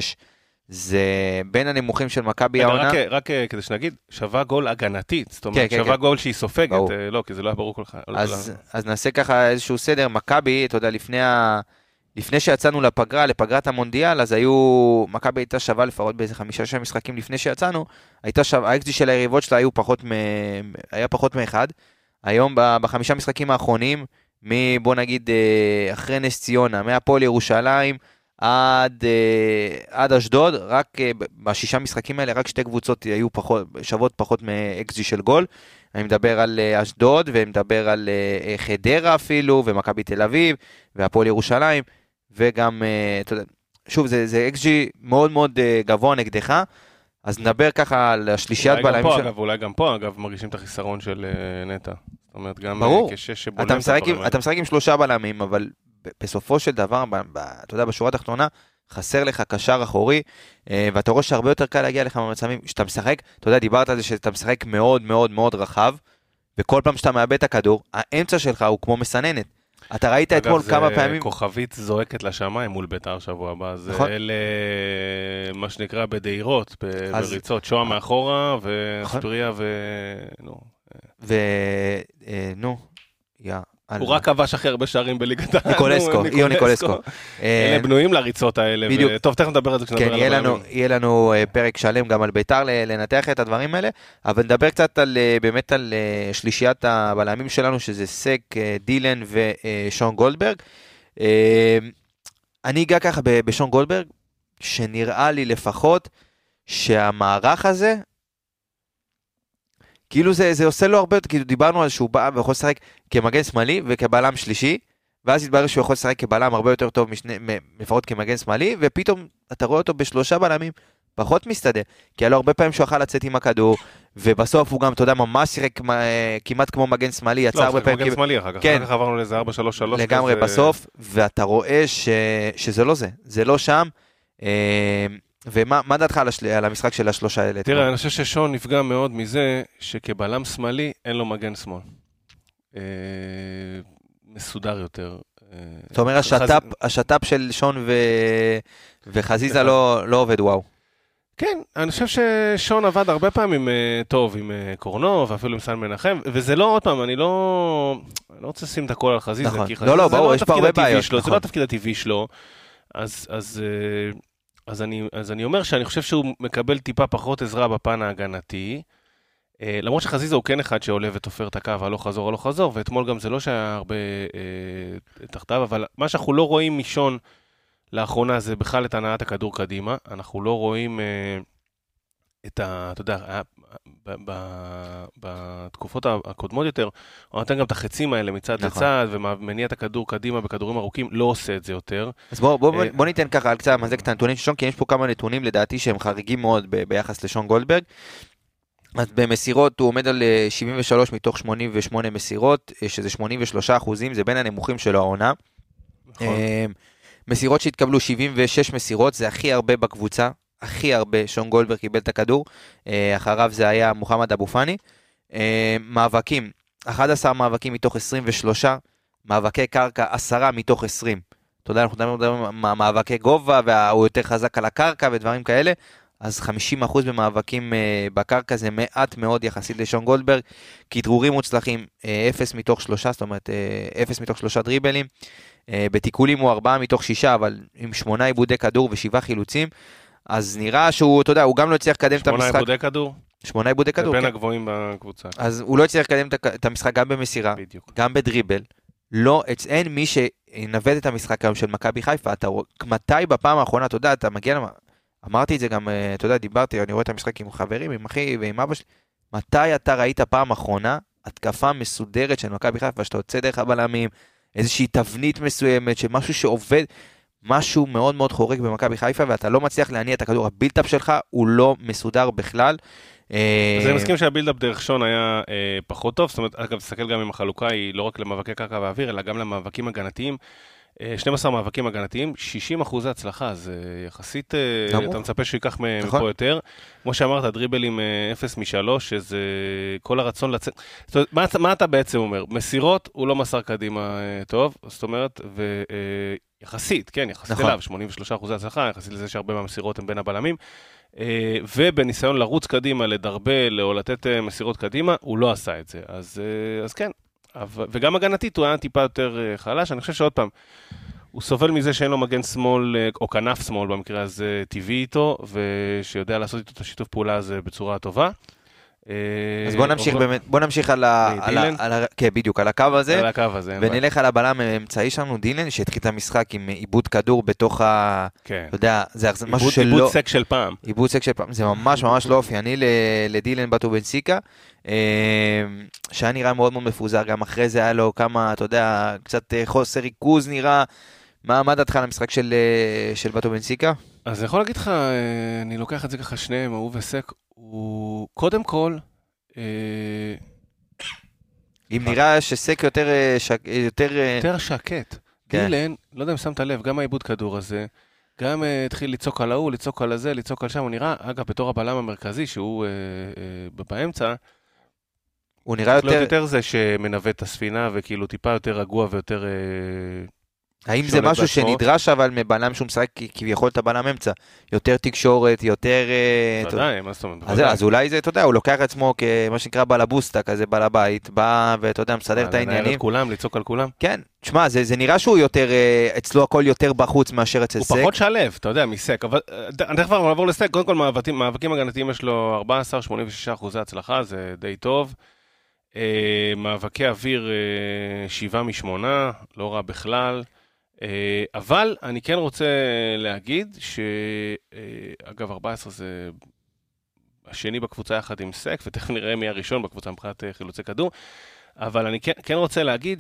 זה בין הנמוכים של מכבי העונה. רק כדי שנגיד, שווה גול הגנתית, זאת אומרת, שווה גול שהיא סופגת, לא, כי זה לא היה ברור כל כך. אז נעשה ככה איזשהו סדר, מכבי, אתה יודע, לפני שיצאנו לפגרת המונדיאל, אז מכבי הייתה שווה לפחות באיזה 5-6 משחקים לפני שיצאנו, האקזיט של היריבות שלה היה פחות מאחד, היום ב5 משחקים האחרונים, בוא נגיד אחרי נס ציונה, מהפועל ירושלים עד אשדוד, רק ב6 משחקים האלה, רק 2 קבוצות היו שוות פחות מאקזי של גול. אני מדבר על אשדוד, ומדבר על חדרה אפילו, ומכבי תל אביב, והפועל ירושלים, וגם, אתה יודע, שוב, זה אקזי מאוד מאוד גבוה נגדך, אז נדבר ככה על השלישיית בלמים של... אולי גם פה, אגב, מרגישים את החיסרון של נטע. זאת אומרת, גם כשש שבולם... אתה משחק עם 3 בלמים, אבל בסופו של דבר, אתה יודע, בשורה התחתונה, חסר לך קשר אחורי, ואתה רואה שהרבה יותר קל להגיע לך במצבים, שאתה משחק, אתה יודע, דיברת על זה שאתה משחק מאוד מאוד מאוד רחב, וכל פעם שאתה מאבד את הכדור, האמצע שלך הוא כמו מסננת. אתה ראית אתמול כמה פעמים... אגב, זה כוכבית זועקת לשמיים מול בית"ר שבוע הבא, זה אלה, מה שנקרא, בדהירות, בריצות, שואה מאחורה, וספריה הוא רק כבש הכי הרבה שערים בליגת העל. ניקולסקו. אלה בנויים לריצות האלה. טוב, תכף נדבר על זה כשנדבר על הבלמים. יהיה לנו פרק שלם גם על בית"ר לנתח את הדברים האלה, אבל נדבר קצת באמת על שלישיית הבלמים שלנו, שזה סק, דילן ושון גולדברג. אני אגע ככה בשון גולדברג, שנראה לי לפחות שהמערך הזה, כאילו זה עושה לו הרבה, כאילו דיברנו על שהוא בא ויכול לשחק כמגן שמאלי וכבלם שלישי, ואז התברר שהוא יכול לשחק כבלם הרבה יותר טוב לפחות כמגן שמאלי, ופתאום אתה רואה אותו ב3 בלמים, פחות מסתדר, כי היה לו הרבה פעמים שהוא יכול לצאת עם הכדור, ובסוף הוא גם, אתה יודע, ממש שיחק כמעט כמו מגן שמאלי, יצא הרבה פעמים... לא, מגן שמאלי אחר כך עברנו לאיזה 4-3-3. לגמרי בסוף, ואתה רואה שזה לא זה, זה לא שם, ומה דעתך על המשחק של השלושה האלה? תראה, אני חושב ששון נפגע מאוד מזה שכבלם שמאלי אין לו מגן שמאל. מסודר יותר. זאת אומרת, השטאפ של שון וחזיזה לא עובד וואו. כן, אני חושב ששון עבד הרבה פעמים טוב עם קורנו, ואפילו עם סן מנחם, וזה לא, עוד פעם, אני לא רוצה לשים את הכל על חזיזה, כי חזיזה זה לא התפקיד הטבעי שלו, זה לא התפקיד הטבעי שלו, אז אני אומר שאני חושב שהוא מקבל טיפה פחות עזרה בפן ההגנתי, למרות שחזיזה הוא כן אחד שעולה ותופר את הקו, הלוך חזור, ואתמול גם זה לא שהיה הרבה תחתיו, אבל מה שאנחנו לא רואים משון לאחרונה זה בכלל את הנעת הכדור קדימה, אנחנו לא רואים אתה יודע, בתקופות הקודמות יותר, הוא נותן גם את החצים האלה מצד לצד, ומניע את הכדור קדימה בכדורים ארוכים, לא עושה את זה יותר. אז בוא ניתן ככה על קצת מזק את הנתונים של שון, כי יש פה כמה נתונים לדעתי שהם חריגים מאוד ביחס לשון גולדברג. אז במסירות הוא עומד על 73 מתוך 88 מסירות, שזה 83%, זה בין הנמוכים שלו העונה. מסירות שהתקבלו 76 מסירות, זה הכי הרבה בקבוצה, הכי הרבה שון גולדברג קיבל את הכדור, אחריו זה היה מוחמד אבו פאני. מאבקים, 11 מאבקים מתוך 23, מאבקי קרקע 10 מתוך 20. אתה יודע, אנחנו מדברים על מאבקי גובה, והוא יותר חזק על הקרקע ודברים כאלה, אז 50% במאבקים בקרקע זה מעט מאוד יחסית לשון גולדברג, כדרורים מוצלחים 0 מתוך 3, זאת אומרת 0 מתוך 3 דריבלים, בתיקולים הוא 4 מתוך 6, אבל עם 8 עיבודי כדור ו7 חילוצים, אז נראה שהוא, אתה יודע, הוא גם לא הצליח לקדם את המשחק. 8 עיבודי כדור? 8 עיבודי כדור, כן. בין הגבוהים בקבוצה. אז הוא לא הצליח לקדם את המשחק גם במסירה, בדיוק. גם בדריבל. לא, אין מי שינווט את המשחק היום של מכבי חיפה. מתי בפעם האחרונה, אתה יודע, אתה מגיע אמרתי את זה גם, אתה יודע, דיברתי, אני רואה את המשחק עם חברים, עם אחי ועם אבא שלי. מתי אתה ראית פעם האחרונה התקפה מסודרת של מכבי חיפה, שאתה יוצא דרך הבלמים, איזושהי תבנית מסוימת, שמשהו שעובד, משהו מאוד מאוד חורק במכבי חיפה, ואתה לא מצליח להניע את הכדור, הבילדאפ שלך הוא לא מסודר בכלל. אז אני מסכים שהבילדאפ דרך שון היה פחות טוב, זאת אומרת, אגב, תסתכל גם עם החלוקה, היא לא רק למאבקי קרקע ואוויר, אלא גם למאבקים הגנתיים. 12 מאבקים הגנתיים, 60% הצלחה, זה יחסית, אתה מצפה שיקח מפה יותר. כמו שאמרת, דריבלים 0 מ-3, שזה כל הרצון לצאת. זאת אומרת, מה אתה בעצם אומר? מסירות, הוא לא מסר קדימה טוב, זאת אומרת, ויחסית, כן, יחסית אליו, 83% הצלחה, יחסית לזה שהרבה מהמסירות הן בין הבלמים, ובניסיון לרוץ קדימה, לדרבל, או לתת מסירות קדימה, הוא לא עשה את זה. אז כן. וגם הגנתית הוא היה טיפה יותר חלש, אני חושב שעוד פעם, הוא סובל מזה שאין לו מגן שמאל, או כנף שמאל במקרה הזה טבעי איתו, ושיודע לעשות איתו את השיתוף פעולה הזה בצורה טובה. אז בוא נמשיך על כן, בדיוק, על הקו הזה, ונלך על הבלם האמצעי שלנו, דילן, שהתחיל את המשחק עם עיבוד כדור בתוך אתה יודע, זה משהו שלא... עיבוד סק של פעם. עיבוד סק של פעם, זה ממש ממש לא אופייני לדילן בטובנסיקה, שהיה נראה מאוד מאוד מפוזר, גם אחרי זה היה לו כמה, אתה יודע, קצת חוסר ריכוז נראה. מה דעתך על המשחק של בטובנסיקה? אז אני יכול להגיד לך, אני לוקח את זה ככה שניהם, הוא וסק, הוא קודם כל... אם נראה שסק יותר שקט. דילן, לא יודע אם שמת לב, גם העיבוד כדור הזה, גם התחיל לצעוק על ההוא, לצעוק על הזה, לצעוק על שם, הוא נראה, אגב, בתור הבלם המרכזי, שהוא באמצע, הוא נראה יותר זה שמנווט את הספינה, וכאילו טיפה יותר רגוע ויותר... האם זה משהו שנדרש אבל מבלם שהוא משחק כביכול את הבלם אמצע? יותר תקשורת, יותר... ודאי, מה זאת אומרת? אז אולי זה, אתה יודע, הוא לוקח עצמו כמה שנקרא בלבוסטה, כזה בעל הבית, בא ואתה יודע, מסדר את העניינים. לנהל את כולם, לצעוק על כולם? כן, תשמע, זה נראה שהוא יותר, אצלו הכל יותר בחוץ מאשר אצל סק. הוא פחות שלב, אתה יודע, מסק. אבל אני כבר נעבור לסק, קודם כל מאבקים הגנתיים יש לו 14-86% הצלחה, זה די טוב. מאבקי אוויר 7 מ-8, לא רע בכלל. אבל אני כן רוצה להגיד שאגב 14 זה השני בקבוצה יחד עם סק, ותכף נראה מי הראשון בקבוצה מבחינת חילוצי כדור, אבל אני כן רוצה להגיד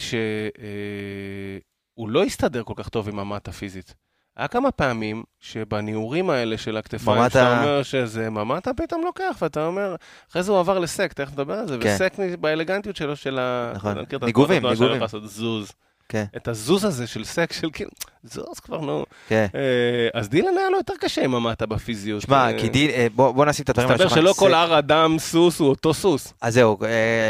שהוא לא הסתדר כל כך טוב עם המטה פיזית. היה כמה פעמים שבניעורים האלה של הכתפיים, שאתה אומר שזה ממטה פתאום לוקח, ואתה אומר, אחרי זה הוא עבר לסק, תכף נדבר על זה, וסק באלגנטיות שלו של ניגובים. זוז. את הזוז הזה של סק, של כאילו, זוז כבר נו. אז דילן היה לו יותר קשה עם המטה בפיזיות. שמע, כי בוא נשים את הדברים. מסתבר שלא כל הר אדם סוס הוא אותו סוס. אז זהו,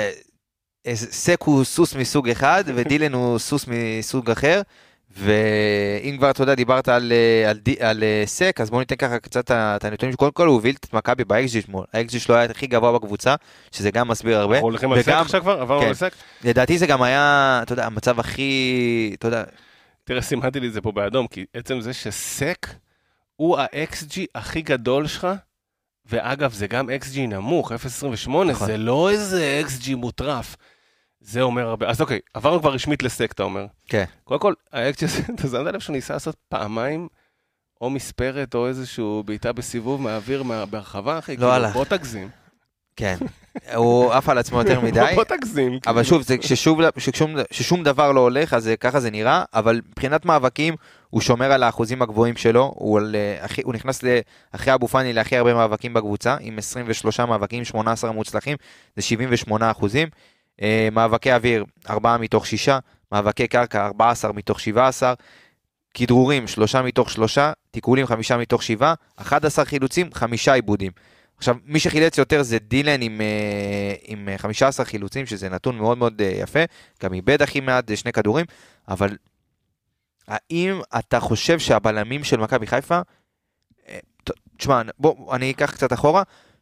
סק הוא סוס מסוג אחד, ודילן הוא סוס מסוג אחר, ואם כבר אתה יודע, דיברת על סק, אז בוא ניתן ככה קצת את הנתונים, שקודם כל הוא הוביל את מכבי באקסג'י שמאל, האקסג'י שלו היה הכי גבוה בקבוצה, שזה גם מסביר הרבה. אנחנו הולכים על סק עכשיו כבר? עברנו על סק? לדעתי זה גם היה, אתה יודע, המצב הכי, אתה יודע... תראה, סימנתי לי את זה פה באדום, כי עצם זה שסק הוא האקסג'י הכי גדול שלך, ואגב זה גם אקסג'י נמוך, 0.28, זה לא איזה אקסג'י מוטרף. זה אומר הרבה. אז אוקיי, עברנו כבר רשמית לסק, אתה אומר. כן. קודם כל, האקט הזה, אתה זמן עליו שהוא ניסה לעשות פעמיים, או מספרת, או איזשהו בעיטה בסיבוב, מהאוויר, בהרחבה, אחי. לא הלך. בוא תגזים. כן, הוא עף על עצמו יותר מדי. בוא תגזים. אבל שוב, ששום דבר לא הולך, אז ככה זה נראה, אבל מבחינת מאבקים, הוא שומר על האחוזים הגבוהים שלו, הוא נכנס אחרי אבו פאני להכי הרבה מאבקים בקבוצה, עם 23 מאבקים, 18 מוצלחים, זה 78%. מאבקי אוויר, 4 מתוך 6, מאבקי קרקע, 14 מתוך 17, כדרורים, 3 מתוך 3, תיקולים, 5 מתוך 7, 11 חילוצים, 5 עיבודים. עכשיו, מי שחילץ יותר זה דילן עם 15 חילוצים, שזה נתון מאוד מאוד יפה, גם איבד הכי מעט 2 כדורים, אבל האם אתה חושב שהבלמים של מכבי חיפה, תשמע, בוא, אני אקח קצת אחורה,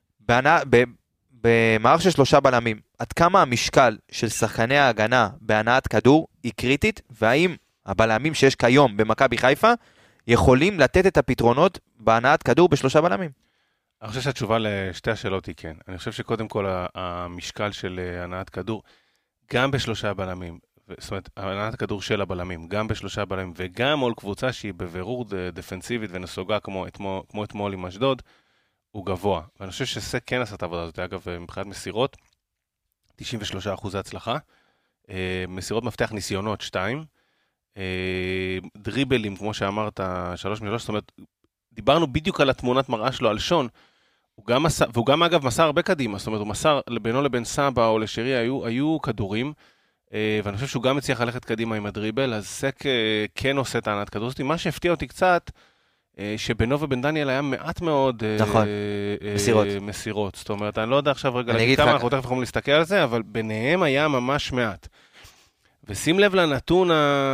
במערך של 3 בלמים, עד כמה המשקל של שחקני ההגנה בהנעת כדור היא קריטית, והאם הבלמים שיש כיום במכבי חיפה, יכולים לתת את הפתרונות בהנעת כדור ב3 בלמים? אני חושב שהתשובה לשתי השאלות היא כן. אני חושב שקודם כל המשקל של הנעת כדור, גם ב3 בלמים, זאת אומרת, הנעת כדור של הבלמים, גם ב3 בלמים, וגם מול קבוצה שהיא בבירור דפנסיבית ונסוגה כמו אתמול עם אשדוד, הוא גבוה. ואני חושב שזה כן עשה את העבודה הזאת. אגב, מבחינת מסירות, 93% הצלחה, מסירות מפתח ניסיונות 2, דריבלים, כמו שאמרת, 3 מ-3, זאת אומרת, דיברנו בדיוק על התמונת מראה שלו, על שון, והוא גם אגב מסר הרבה קדימה, זאת אומרת, הוא מסר בינו לבין סבא או לשרי, היו כדורים, ואני חושב שהוא גם הצליח ללכת קדימה עם הדריבל, אז סק כן עושה את הענת כדור. מה שהפתיע אותי קצת, שבינו ובין דניאל היה מעט מאוד מסירות. זאת אומרת, אני לא יודע עכשיו רגע להגיד כמה, אנחנו תכף יכולים להסתכל על זה, אבל ביניהם היה ממש מעט. ושים לב לנתון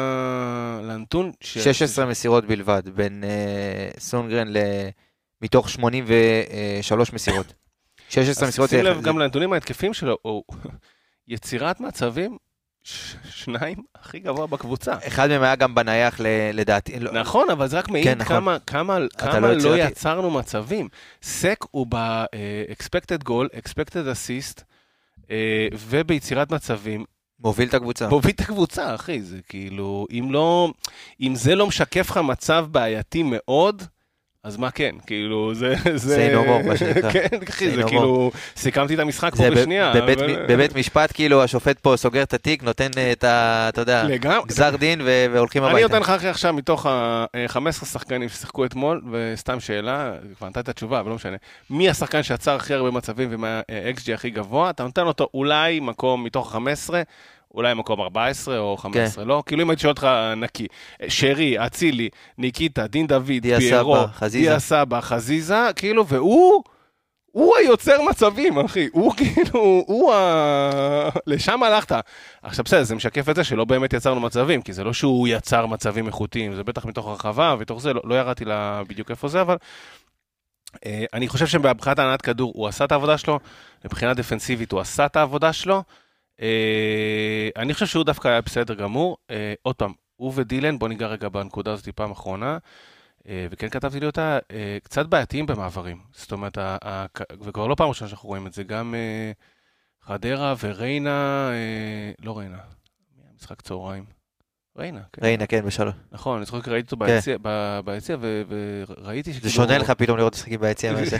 16 מסירות בלבד, בין סונגרן מתוך 83 מסירות. 16 מסירות. שים לב גם לנתונים ההתקפים שלו, יצירת מצבים, 2 הכי גבוה בקבוצה. אחד מהם היה גם בנייח לדעתי. נכון, אבל זה רק מעיד כמה לא יצרנו מצבים. סק הוא ב-expected goal, expected assist, וביצירת מצבים, מוביל את הקבוצה. מוביל את הקבוצה, אחי, זה כאילו, אם זה לא משקף לך מצב בעייתי מאוד, אז מה כן? כאילו, זה נורא, מה שנקרא. כן, אחי, זה כאילו, סיכמתי את המשחק פה בשנייה. בבית משפט, כאילו, השופט פה סוגר את התיק, נותן את אתה יודע, גזר דין והולכים הביתה. אני נותן לך אחרי עכשיו מתוך ה-15 שחקנים ששיחקו אתמול, וסתם שאלה, כבר נתת את התשובה, אבל לא משנה. מי השחקן שעצר הכי הרבה מצבים ומה XG הכי גבוה? אתה נותן אותו אולי מקום מתוך 15, אולי מקום 14 או 15, לא? כאילו אם הייתי שואל אותך נקי. שרי, אצילי, ניקיטה, דין דוד, פיירו, דיה סבא, חזיזה, כאילו, והוא היוצר מצבים, אחי. הוא כאילו, לשם הלכת. עכשיו בסדר, זה משקף את זה שלא באמת יצרנו מצבים, כי זה לא שהוא יצר מצבים איכותיים, זה בטח מתוך הרחבה, ותוך זה לא ירדתי לה בדיוק איפה זה, אבל אני חושב שבבחינת הנעת כדור הוא עשה את העבודה שלו, מבחינה דפנסיבית הוא עשה את העבודה שלו, אני חושב שהוא דווקא היה בסדר גמור. עוד פעם, הוא ודילן, בוא ניגע רגע בנקודה הזאת פעם אחרונה, וכן כתבתי לי אותה, קצת בעייתיים במעברים. זאת אומרת, וכבר לא פעם ראשונה שאנחנו רואים את זה, גם חדרה וריינה, לא ריינה, משחק צהריים. ריינה, כן. ריינה, כן, בשלום. נכון, אני זוכר כי ראיתי אותו ביציע, וראיתי זה שונה לך פתאום לראות משחקים ביציע מזה.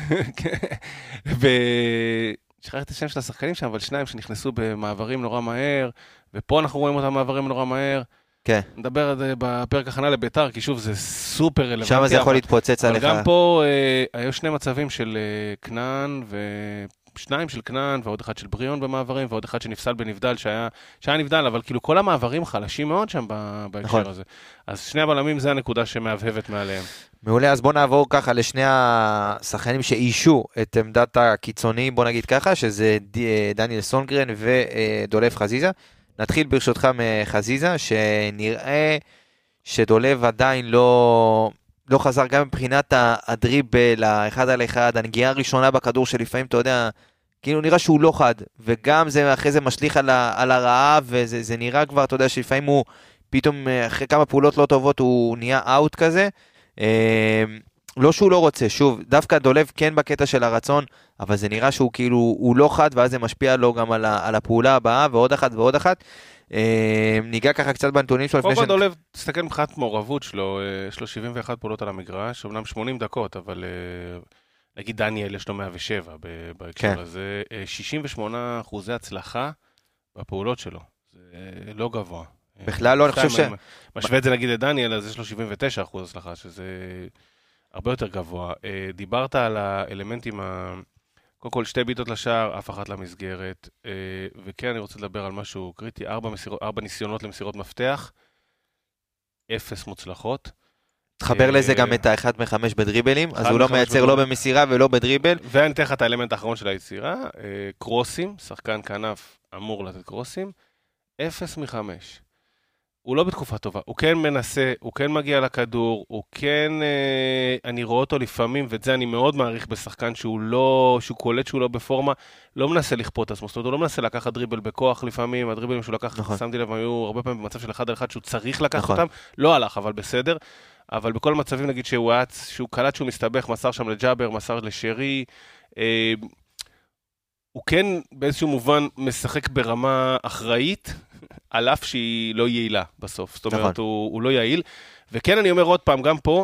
שכחתי את השם של השחקנים שם, אבל 2 שנכנסו במעברים נורא מהר, ופה אנחנו רואים אותם מעברים נורא מהר. כן. נדבר על זה בפרק הכנה לביתר, כי שוב זה סופר רלוונטי. שם זה יכול להתפוצץ עליך. אבל גם פה היו 2 מצבים של כנען, 2 של כנען, ועוד 1 של בריון במעברים, ועוד 1 שנפסל בנבדל, שהיה נבדל, אבל כאילו כל המעברים חלשים מאוד שם בהקשר הזה. אז 2 הבלמים זה הנקודה שמהבהבת מעליהם. מעולה, אז בוא נעבור ככה לשני השחקנים שאישו את עמדת הקיצוני, בוא נגיד ככה, שזה דניאל סונגרן ודולב חזיזה. נתחיל ברשותך מחזיזה, שנראה שדולב עדיין לא חזר גם מבחינת הדריבל, האחד על אחד, הנגיעה הראשונה בכדור שלפעמים, אתה יודע, כאילו נראה שהוא לא חד, וגם זה אחרי זה משליך על הרעב, וזה נראה כבר, אתה יודע, שלפעמים הוא פתאום, אחרי כמה פעולות לא טובות, הוא נהיה אאוט כזה, לא שהוא לא רוצה, שוב, דווקא דולב כן בקטע של הרצון, אבל זה נראה שהוא כאילו, הוא לא חד, ואז זה משפיע לו גם על הפעולה הבאה, ועוד אחת ועוד אחת. ניגע ככה קצת בנתונים שלו. קודם כל דולב, תסתכל מבחינת מעורבות שלו, יש לו 71 פעולות על המגרש, אמנם 80 דקות, אבל נגיד דניאל יש לו 107 בהקשר הזה, 68% הצלחה בפעולות שלו, זה לא גבוה. בכלל לא, אני חושב ש... משווה את זה נגיד לדניאל, אז יש לו 79% הצלחה, שזה הרבה יותר גבוה. דיברת על האלמנטים, קודם כל 2 בעיטות לשער, אף אחת למסגרת, וכן אני רוצה לדבר על משהו קריטי, 4 ניסיונות למסירות מפתח, 0 מוצלחות. תחבר לזה גם את ה-1 מ-5 בדריבלים, אז הוא לא מייצר לא במסירה ולא בדריבל. ואני אתן לך את האלמנט האחרון של היצירה, קרוסים, שחקן כנף אמור לתת קרוסים, 0 מ-5. הוא לא בתקופה טובה, הוא כן מנסה, הוא כן מגיע לכדור, הוא כן, אני רואה אותו לפעמים, ואת זה אני מאוד מעריך בשחקן שהוא קולט שהוא לא בפורמה, לא מנסה לכפות את עצמו, זאת אומרת, הוא לא מנסה לקחת דריבל בכוח לפעמים, הדריבלים שהוא לקח, נכון. שמתי לב, היו הרבה פעמים במצב של 1-1 שהוא צריך לקחת נכון. אותם, לא הלך, אבל בסדר, אבל בכל מצבים נגיד שהוא קלט שהוא מסתבך, מסר שם לג'אבר, מסר לשרי, הוא כן באיזשהו מובן משחק ברמה אחראית, על אף שהיא לא יעילה בסוף, זאת אומרת, הוא לא יעיל, וכן אני אומר עוד פעם, גם פה,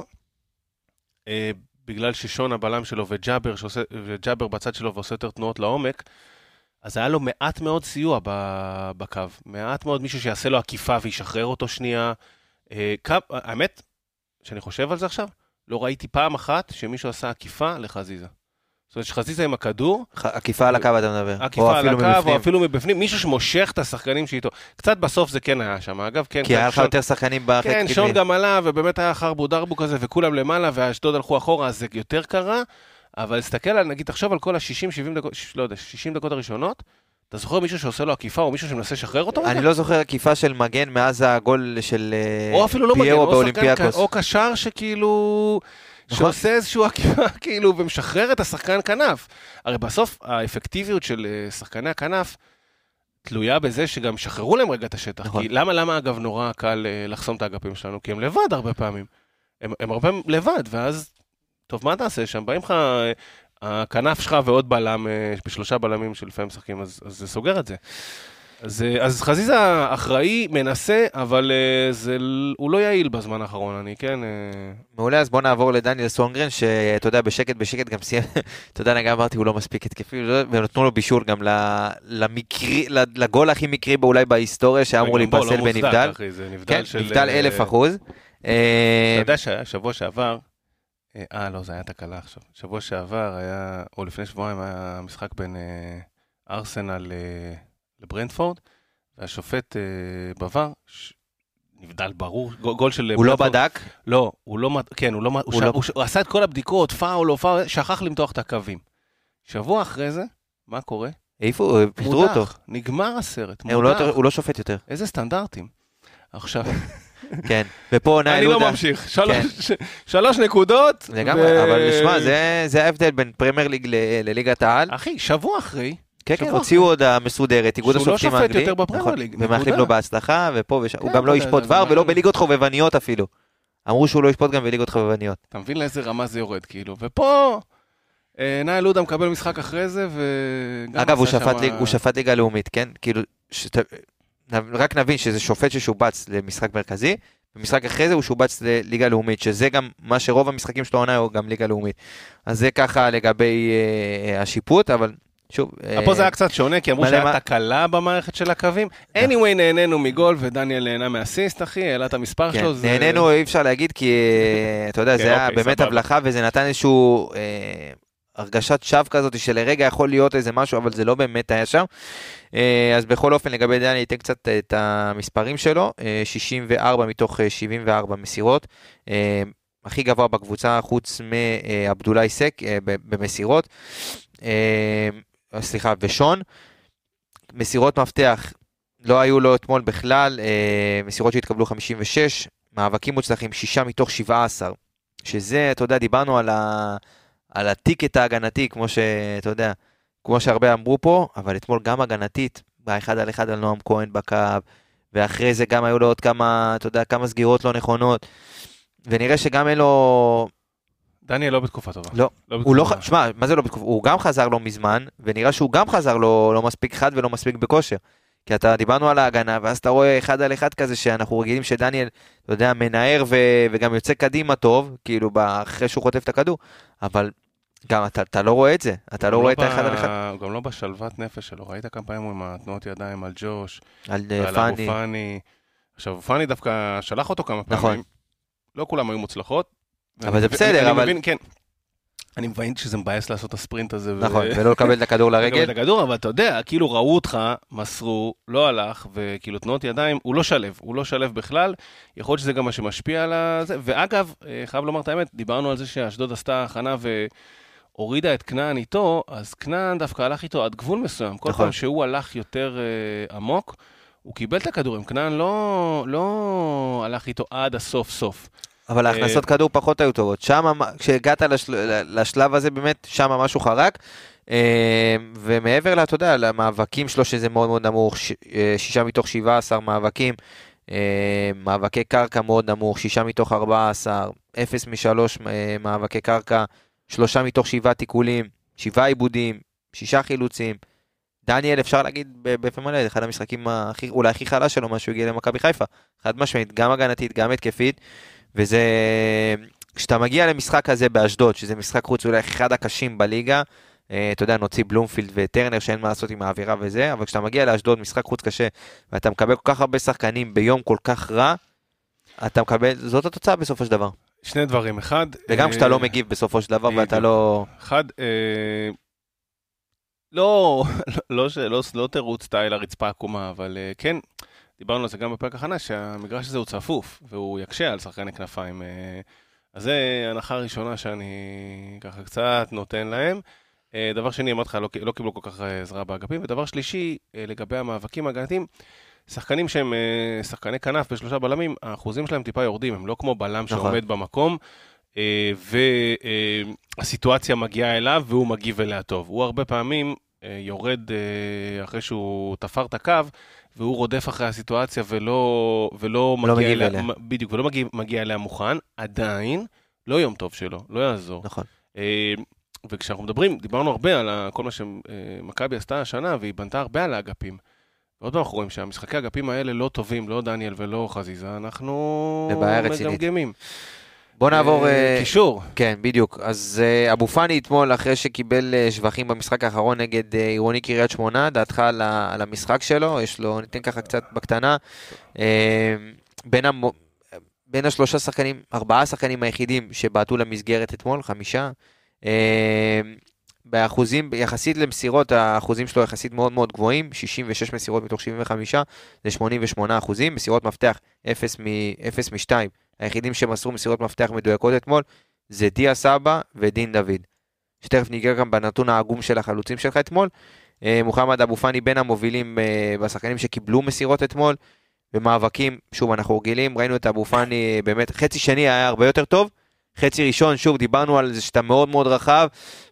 בגלל ששון הבלם שלו וג'אבר בצד שלו ועושה יותר תנועות לעומק, אז היה לו מעט מאוד סיוע בקו, מעט מאוד מישהו שיעשה לו עקיפה וישחרר אותו שנייה, האמת, שאני חושב על זה עכשיו, לא ראיתי פעם אחת שמישהו עשה עקיפה לחזיזה. זאת אומרת שחזיזה עם הכדור. עקיפה על הקו אתה מדבר. עקיפה על הקו או אפילו מבפנים. מישהו שמושך את השחקנים שאיתו. קצת בסוף זה כן היה שם. אגב, כן. כי היה לך יותר שחקנים בחלק קדמי. כן, שון גם עלה ובאמת היה חרבו דרבו כזה וכולם למעלה והאשדוד הלכו אחורה, אז זה יותר קרה. אבל תסתכל על, נגיד, תחשוב על כל ה-60-70 דקות, לא יודע, 60 דקות הראשונות. אתה זוכר מישהו שעושה לו עקיפה או מישהו שמנסה לשחרר אותו? אני לא זוכר עקיפה של מגן מאז הגול של פיירו באולימפיאקוס. או קשר שכאילו שעושה איזשהו עקיפה כאילו ומשחרר את השחקן כנף. הרי בסוף האפקטיביות של שחקני הכנף תלויה בזה שגם שחררו להם רגע את השטח. כי למה אגב נורא קל לחסום את האגפים שלנו? כי הם לבד הרבה פעמים. הם הרבה לבד, ואז טוב, מה תעשה שם? באים לך הכנף שלך ועוד בלם, ב3 בלמים שלפעמים משחקים, אז זה סוגר את זה. אז חזיזה אחראי, מנסה, אבל הוא לא יעיל בזמן האחרון, אני כן... מעולה, אז בוא נעבור לדניאל סונגרן, שאתה יודע, בשקט גם סיים, אתה יודע, גם אמרתי, הוא לא מספיק התקפי, ונתנו לו בישול גם לגול הכי מקרי אולי בהיסטוריה, שאמרו להיפסל בנבדל. כן, נבדל 1000%. אתה יודע שבוע שעבר, לא, זה היה תקלה עכשיו. שבוע שעבר היה, או לפני שבועיים, היה משחק בין ארסנל לברנטפורד, והשופט בבר, נבדל ברור, גול של... הוא לא בדק? לא, הוא לא... כן, הוא עשה את כל הבדיקות, פאול או פאול, שכח למתוח את הקווים. שבוע אחרי זה, מה קורה? איפה? פיטרו אותו. נגמר הסרט. הוא לא שופט יותר. איזה סטנדרטים. עכשיו... כן, ופה אני לא ממשיך, 3 נקודות. לגמרי, אבל נשמע, זה ההבדל בין פרמייר ליג לליגת העל. אחי, שבוע אחרי. כן, הוציאו עוד המסודרת, איגוד השופטים האנגלי. שהוא לא שופט יותר בפרמייר ליג. ומאחלים לו בהצלחה, ופה ושם. הוא גם לא ישפוט דבר, ולא בליגות חובבניות אפילו. אמרו שהוא לא ישפוט גם בליגות חובבניות. אתה מבין לאיזה רמה זה יורד, כאילו. ופה, נאי לודה מקבל משחק אחרי זה, אגב, הוא שפט ליגה לאומית, כן? כאילו, רק נבין שזה שופט ששובץ למשחק מרכזי, במשחק אחרי זה הוא שובץ לליגה לאומית, שזה גם מה שרוב המשחקים שלו עונה הוא גם ליגה לאומית. אז זה ככה לגבי השיפוט, אבל שוב... פה זה היה קצת שונה, כי אמרו שהיה תקלה במערכת של הקווים. anyway, נהנינו מגול, ודניאל נהנה מהסיסט, אחי, העלה את המספר שלו. נהנינו, אי אפשר להגיד, כי אתה יודע, זה היה באמת הבלחה, וזה נתן איזשהו... הרגשת שווא כזאת שלרגע יכול להיות איזה משהו, אבל זה לא באמת היה שם. אז בכל אופן לגבי דני, ניתן קצת את המספרים שלו, 64 מתוך 74 מסירות, הכי גבוה בקבוצה חוץ מעבדולאי סק במסירות, סליחה, ושון, מסירות מפתח לא היו לו אתמול בכלל, מסירות שהתקבלו 56, מאבקים מוצלחים 6 מתוך 17, שזה, אתה יודע, דיברנו על הטיקט ההגנתי, כמו שאתה יודע, כמו שהרבה אמרו פה, אבל אתמול גם הגנתית, באחד על אחד על נועם כהן בקו, ואחרי זה גם היו לו עוד כמה, אתה יודע, כמה סגירות לא נכונות, ונראה שגם אין לו... דניאל לא בתקופה טובה. לא, הוא לא, שמה, מה זה לא בתקופה? הוא גם חזר לו מזמן, ונראה שהוא גם חזר לו לא מספיק חד ולא מספיק בכושר. כי אתה דיברנו על ההגנה, ואז אתה רואה אחד על אחד כזה, שאנחנו רגילים שדניאל, אתה יודע, מנער וגם יוצא קדימה טוב, כאילו אחרי שהוא חוטף את הכדור, אבל גם אתה לא רואה את זה, אתה לא רואה את האחד על אחד. הוא גם לא בשלוות נפש שלו, ראית כמה פעמים הוא עם התנועות ידיים על ג'וש, על אבו פאני. עכשיו, אבו פאני דווקא שלח אותו כמה פעמים, לא כולם היו מוצלחות. אבל זה בסדר, אבל... כן. אני מבין שזה מבאס לעשות את הספרינט הזה. נכון, ולא לקבל את הכדור לרגל. לקבל את הכדור, אבל אתה יודע, כאילו ראו אותך, מסרו, לא הלך, וכאילו תנועות ידיים, הוא לא שלב בכלל, יכול להיות שזה גם מה שמשפיע על זה, ואגב, חייב לומר את האמת, דיברנו על זה שאשדוד עשתה הכנה והורידה את כנען איתו, אז כנען דווקא הלך איתו עד גבול מסוים, כל פעם שהוא הלך יותר עמוק, הוא קיבל את הכדורים, כנען לא הלך איתו עד הסוף סוף. אבל ההכנסות כדור פחות היו טובות. שם, כשהגעת לשלב הזה, באמת, שם משהו חרק. ומעבר לה, אתה יודע, למאבקים שלו, שזה מאוד מאוד נמוך, 6 מתוך 17 מאבקים, מאבקי קרקע מאוד נמוך, 6 מתוך 14, 0 מ-3 מאבקי קרקע, 3 מתוך 7 תיקולים, 7 עיבודים, 6 חילוצים. דניאל, אפשר להגיד בפה מלא, אחד המשחקים אולי הכי חלש שלו, מה שהוא הגיע למכבי חיפה. חד משמעית, גם הגנתית, גם התקפית. וזה, כשאתה מגיע למשחק הזה באשדוד, שזה משחק חוץ אולי אחד הקשים בליגה, אתה יודע, נוציא בלומפילד וטרנר שאין מה לעשות עם האווירה וזה, אבל כשאתה מגיע לאשדוד, משחק חוץ קשה, ואתה מקבל כל כך הרבה שחקנים ביום כל כך רע, אתה מקבל, זאת התוצאה בסופו של דבר. שני דברים, אחד... וגם כשאתה לא מגיב בסופו של דבר, ואתה לא... אחד, לא תירוץ סטייל הרצפה עקומה, אבל כן, דיברנו על זה גם בפרק הכנה, שהמגרש הזה הוא צפוף, והוא יקשה על שחקני כנפיים. אז זה הנחה ראשונה שאני ככה קצת נותן להם. דבר שני, אמרתי לך, לא קיבלו כל כך עזרה באגפים. ודבר שלישי, לגבי המאבקים ההגנתיים, שחקנים שהם שחקני כנף בשלושה בלמים, האחוזים שלהם טיפה יורדים, הם לא כמו בלם שעומד במקום, והסיטואציה מגיעה אליו והוא מגיב אליה טוב. הוא הרבה פעמים יורד אחרי שהוא תפר את הקו, והוא רודף אחרי הסיטואציה ולא מגיע אליה, בדיוק, ולא מגיע אליה מוכן, עדיין לא יום טוב שלו, לא יעזור. נכון. וכשאנחנו דיברנו הרבה על כל מה שמכבי עשתה השנה, והיא בנתה הרבה על האגפים. ועוד פעם אנחנו רואים שהמשחקי האגפים האלה לא טובים, לא דניאל ולא חזיזה, אנחנו מגמגמים. בוא נעבור... קישור. כן, בדיוק. אז אבו פאני אתמול, אחרי שקיבל שבחים במשחק האחרון נגד עירוני קריית שמונה, דעתך על המשחק שלו, יש לו, ניתן ככה קצת בקטנה, בין השלושה שחקנים, 4 שחקנים היחידים שבעטו למסגרת אתמול, 5, באחוזים, יחסית למסירות, האחוזים שלו יחסית מאוד מאוד גבוהים, 66 מסירות מתוך 75, זה 88 אחוזים, מסירות מפתח 0 מ-2, היחידים שמסרו מסירות מפתח מדויקות אתמול, זה דיה סבא ודין דוד, שתכף ניגע גם בנתון העגום של החלוצים שלך אתמול, מוחמד אבו פאני בין המובילים בשחקנים שקיבלו מסירות אתמול, במאבקים, שוב אנחנו רגילים, ראינו את אבו פאני באמת, חצי שני היה הרבה יותר טוב, חצי ראשון, שוב, דיברנו על זה שאתה מאוד מאוד רחב,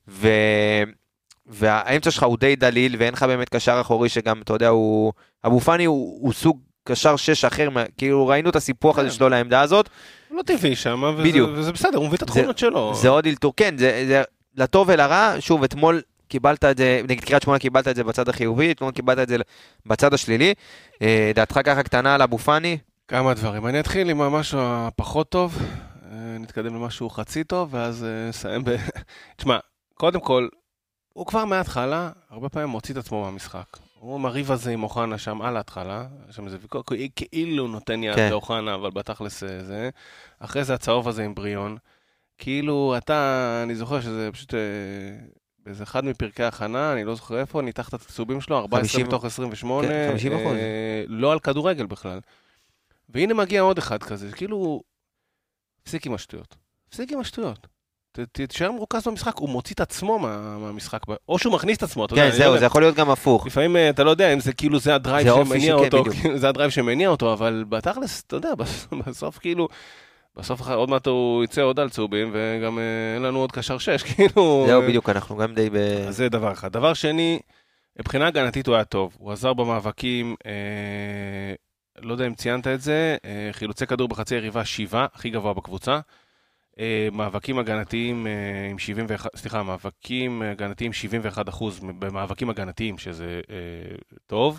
והאמצע שלך הוא די דליל, ואין לך באמת קשר אחורי שגם, אתה יודע, אבו פאני הוא סוג קשר 6 אחר, כאילו ראינו את הסיפוח הזה שלו לעמדה הזאת. הוא לא טבעי שם, וזה בסדר, הוא מביא את התכונות שלו. זה עוד אילתור, כן, זה לטוב ולרע, שוב, אתמול קיבלת את זה, נגד קריית שמונה קיבלת את זה בצד החיובי, אתמול קיבלת את זה בצד השלילי, דעתך ככה קטנה על אבו פאני? כמה דברים, אני אתחיל עם משהו הפחות טוב, נתקדם למשהו חצי טוב, ואז נסיים תשמע, קודם כל, הוא כבר מההתחלה, הרבה פעמים מוציא את עצמו מהמשחק. הוא מריב הזה עם אוחנה שם על ההתחלה, שם זה כאילו נותן יד לאוחנה, אבל בתכלס זה. אחרי זה הצהוב הזה עם בריון. כאילו אני זוכר שזה פשוט באיזה אחד מפרקי ההכנה, אני לא זוכר איפה, ניתח את הצהובים שלו, 14 מתוך 28. 50%. לא על כדורגל בכלל. והנה מגיע עוד אחד כזה, כאילו, הפסיק עם השטויות. תשאר מרוכז במשחק, הוא מוציא את עצמו מהמשחק, או שהוא מכניס את עצמו, כן, זהו, זה יכול להיות גם הפוך. לפעמים אתה לא יודע אם זה כאילו זה הדרייב שמניע אותו, זה הדרייב שמניע אותו, אבל בתכלס, אתה יודע, בסוף כאילו, בסוף עוד מעט הוא יצא עוד על צהובים, וגם אין לנו עוד קשר 6, כאילו... זהו, בדיוק, אנחנו גם די זה דבר אחד. דבר שני, מבחינה הגנתית הוא היה טוב, הוא עזר במאבקים, לא יודע אם ציינת את זה, חילוצי כדור בחצי יריבה 7, הכי גבוה בקבוצה, מאבקים הגנתיים עם 71% במאבקים הגנתיים, שזה טוב,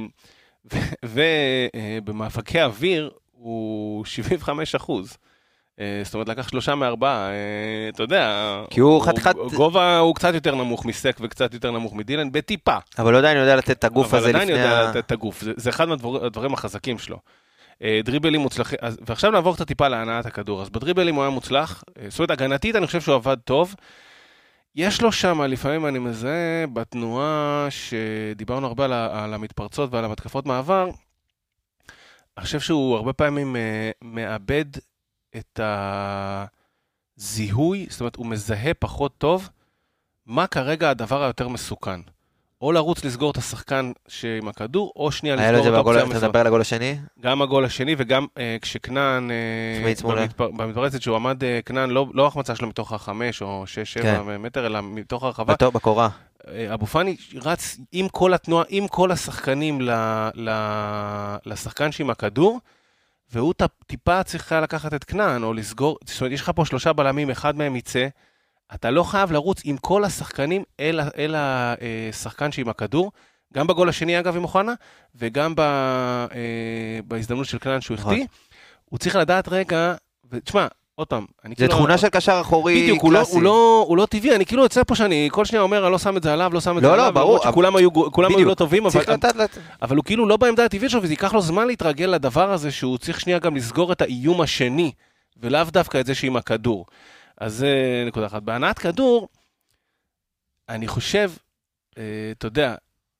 ובמאבקי אוויר הוא 75%, זאת אומרת, לקח 3 מ-4, אתה יודע, כי הוא חתיכת... גובה הוא קצת יותר נמוך מסק וקצת יותר נמוך מדילן, בטיפה. אבל עדיין יודע לתת את הגוף הזה לפני... אבל עדיין יודע לתת את הגוף, זה אחד מהדברים החזקים שלו. דריבלים מוצלחים, ועכשיו נעבור קצת טיפה להנעת הכדור, אז בדריבלים הוא היה מוצלח, זאת אומרת, הגנתית אני חושב שהוא עבד טוב, יש לו שם, לפעמים אני מזהה, בתנועה שדיברנו הרבה על המתפרצות ועל המתקפות מעבר, אני חושב שהוא הרבה פעמים מאבד את הזיהוי, זאת אומרת, הוא מזהה פחות טוב, מה כרגע הדבר היותר מסוכן. או לרוץ לסגור את השחקן עם הכדור, או שנייה לסגור אותו. אתה מדבר על הגול השני? גם הגול השני, וגם כשקנן, במתפרצת שהוא עמד, קנן לא החמצה שלו מתוך 5 או 6-7 מטר, אלא מתוך הרחבה. בקורה. אבו פאני רץ עם כל התנועה, עם כל השחקנים לשחקן שעם הכדור, והוא טיפה צריך לקחת את קנן, או לסגור, זאת אומרת, יש לך פה 3 בלמים, אחד מהם יצא, אתה לא חייב לרוץ עם כל השחקנים אל השחקן שעם הכדור, גם בגול השני אגב עם אוחנה, וגם בהזדמנות של קנן שהוא החטיא, הוא צריך לדעת רגע, ותשמע, עוד פעם, זה תכונה של קשר אחורי קלאסי. הוא לא טבעי, אני כאילו יוצא פה שאני כל שניה אומר, אני לא שם את זה עליו, לא שם את זה עליו, ברור, שכולם היו לא טובים, אבל הוא כאילו לא בעמדה הטבעית שלו, וזה ייקח לו זמן להתרגל לדבר הזה, שהוא צריך שנייה גם לסגור את האיום השני, ולאו דווקא את זה שעם הכדור. אז זה נקודה אחת. בהנעת כדור, אני חושב, אתה יודע,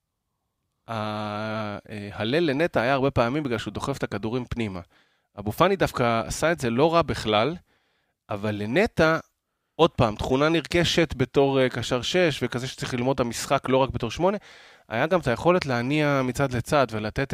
הלל לנטה היה הרבה פעמים בגלל שהוא דוחף את הכדורים פנימה. אבו פאני דווקא עשה את זה לא רע בכלל, אבל לנטה, עוד פעם, תכונה נרכשת בתור קשר 6, וכזה שצריך ללמוד את המשחק לא רק בתור 8, היה גם את היכולת להניע מצד לצד, ולתת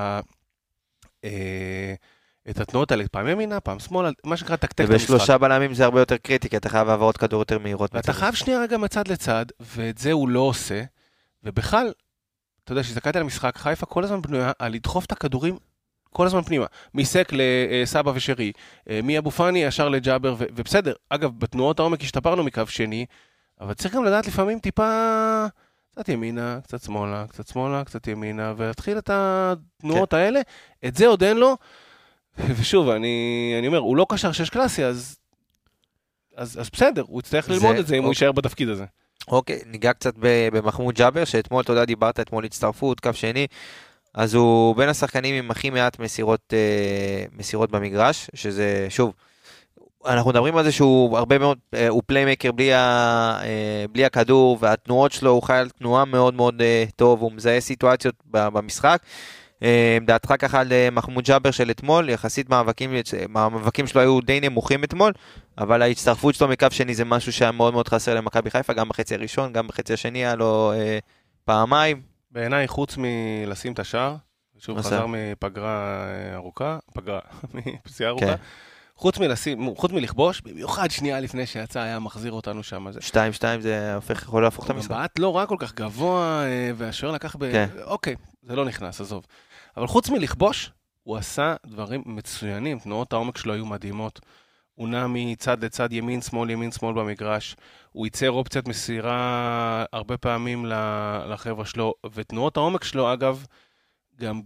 את התנועות האלה, פעם ימינה, פעם שמאלה, מה שקרה תקתק את המשחק. ובשלושה בלמים זה הרבה יותר קריטי, כי אתה חייב העברות כדור יותר מהירות. ואתה חייב שנייה רגע מצד לצד, ואת זה הוא לא עושה, ובכלל, אתה יודע, שזכאתי על המשחק, חיפה כל הזמן בנויה על לדחוף את הכדורים כל הזמן פנימה, מסק לסבא ושרי, מאבו פאני ישר לג'אבר, ובסדר, אגב, בתנועות העומק השתפרנו מקו שני, אבל צריך גם לדעת לפעמים טיפה, קצת ימינה, קצת שמאלה, קצת שמאלה, קצת ימינה, ולהתחיל את התנועות האלה, את זה עוד אין לו, ושוב, אני אומר, הוא לא קשר 6 קלאסי, אז בסדר, הוא יצטרך ללמוד את זה אם הוא יישאר בתפקיד הזה. אוקיי, ניגע קצת במחמוד ג'אבר, שאתמול, אתה יודע, דיברת אתמול הצטרפות, קו שני, אז הוא בין השחקנים עם הכי מעט מסירות במגרש, שזה, שוב, אנחנו מדברים על זה שהוא הרבה מאוד, הוא פליימקר בלי הכדור, והתנועות שלו, הוא חי על תנועה מאוד מאוד טוב, הוא מזהה סיטואציות במשחק. דעתך ככה על מחמוד ג'אבר של אתמול, יחסית המאבקים שלו היו די נמוכים אתמול, אבל ההצטרפות שלו מקו שני זה משהו שהיה מאוד מאוד חסר למכבי חיפה, גם בחצי הראשון, גם בחצי השני היה לו פעמיים. בעיניי, חוץ מלשים את השער, שוב חזר מפגרה ארוכה, מפציעה ארוכה, חוץ מלכבוש, במיוחד שנייה לפני שיצא היה מחזיר אותנו שם. 2-2 זה יכול להפוך את המשחק. מבט לא רע כל כך גבוה, והשוער לקח אוקיי, זה לא נכנס, עזוב. אבל חוץ מלכבוש, הוא עשה דברים מצוינים, תנועות העומק שלו היו מדהימות. הוא נע מצד לצד ימין שמאל במגרש, הוא ייצר אופציית מסירה הרבה פעמים לחבר'ה שלו, ותנועות העומק שלו אגב, גם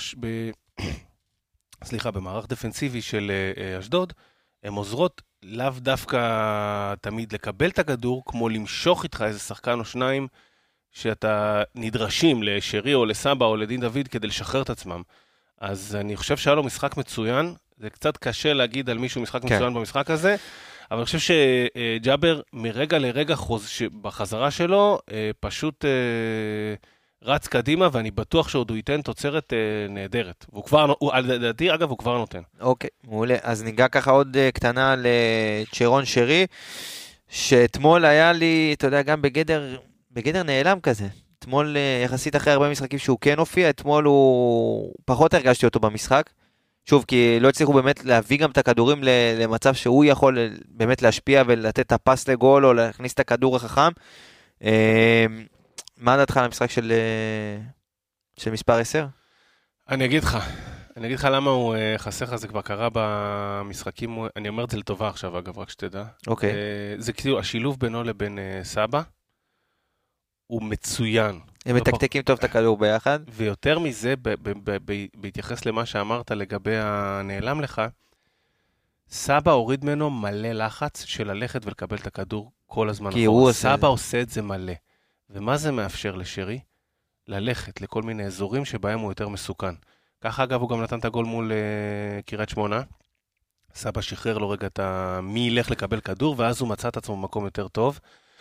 במערך דפנסיבי של אשדוד, הן עוזרות לאו דווקא תמיד לקבל את הכדור, כמו למשוך איתך איזה שחקן או שניים, שאתה נדרשים לשרי או לסבא או לדין דוד כדי לשחרר את עצמם. אז אני חושב שהיה לו משחק מצוין, זה קצת קשה להגיד על מישהו משחק מצוין במשחק הזה, אבל אני חושב שג'אבר מרגע לרגע בחזרה שלו, פשוט רץ קדימה, ואני בטוח שעוד הוא ייתן תוצרת נהדרת. על דעתי, אגב, הוא כבר נותן. אוקיי, מעולה. אז ניגע ככה עוד קטנה לצ'רון שרי, שאתמול היה לי, אתה יודע, גם בגדר נעלם כזה. אתמול, יחסית אחרי הרבה משחקים שהוא כן הופיע, אתמול הוא פחות הרגשתי אותו במשחק. שוב, כי לא הצליחו באמת להביא גם את הכדורים למצב שהוא יכול באמת להשפיע ולתת את הפס לגול או להכניס את הכדור החכם. מה דעתך על המשחק של מספר 10? אני אגיד לך למה הוא חסר לך, זה כבר קרה במשחקים, אני אומר את זה לטובה עכשיו אגב, רק שתדע. אוקיי. זה כאילו השילוב בינו לבין סבא, הוא מצוין. הם מתקתקים טוב את הכדור ביחד. ויותר מזה, בהתייחס למה שאמרת לגבי הנעלם לך, סבא הוריד ממנו מלא לחץ של ללכת ולקבל את הכדור כל הזמן. כי הוא סבא עושה את זה מלא. ומה זה מאפשר לשרי? ללכת לכל מיני אזורים שבהם הוא יותר מסוכן. ככה אגב הוא גם נתן את הגול מול קריית שמונה. סבא שחרר לו רגע את מי ילך לקבל כדור, ואז הוא מצא את עצמו במקום יותר טוב.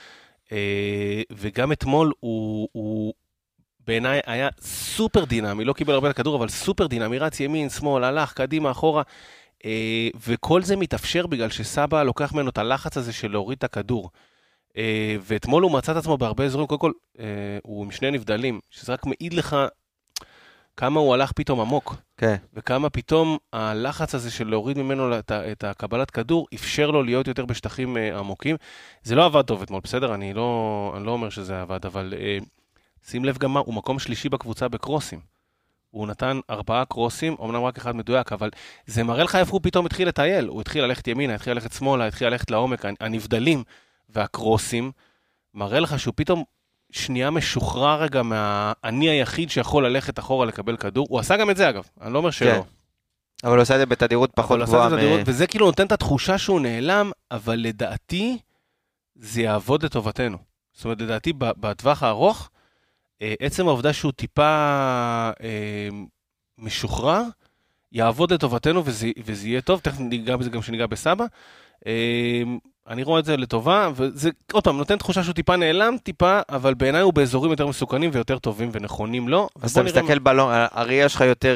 וגם אתמול הוא בעיניי היה סופר דינמי, לא קיבל הרבה את הכדור, אבל סופר דינמי, רץ ימין, שמאל, הלך, קדימה, אחורה, וכל זה מתאפשר בגלל שסבא לוקח ממנו את הלחץ הזה של להוריד את הכדור. ואתמול הוא מצא את עצמו בהרבה אזורים, קודם כל, הוא עם שני נבדלים, שזה רק מעיד לך כמה הוא הלך פתאום עמוק, וכמה פתאום הלחץ הזה של להוריד ממנו את הקבלת כדור, אפשר לו להיות יותר בשטחים עמוקים. זה לא עבד טוב אתמול, בסדר? אני לא אומר שזה עבד, אבל שים לב גם מה, הוא מקום שלישי בקבוצה בקרוסים. הוא נתן 4 קרוסים, אמנם רק אחד מדויק, אבל זה מראה לך איפה הוא פתאום התחיל לטייל. הוא התחיל ללכת ימינה, התחיל ללכת שמאלה, התחיל ללכת לעומק. הנבדלים והקרוסים, מראה לך שהוא פתאום שנייה משוחרר רגע אני היחיד שיכול ללכת אחורה לקבל כדור. הוא עשה גם את זה אגב, אני לא אומר שלא. כן. אבל הוא עושה את זה בתדירות פחות גבוהה. וזה כאילו נותן את התחושה שהוא נעלם, אבל לדעתי זה יעבוד לטובתנו. זאת אומרת, לדעתי בטווח הארוך, עצם העובדה שהוא טיפה משוחרר, יעבוד לטובתנו וזה יהיה טוב, תכף ניגע בזה גם שניגע בסבא. אני רואה את זה לטובה, וזה עוד פעם נותן תחושה שהוא טיפה נעלם, טיפה, אבל בעיניי הוא באזורים יותר מסוכנים ויותר טובים ונכונים לו. אז אתה מסתכל בלון, הראייה שלך יותר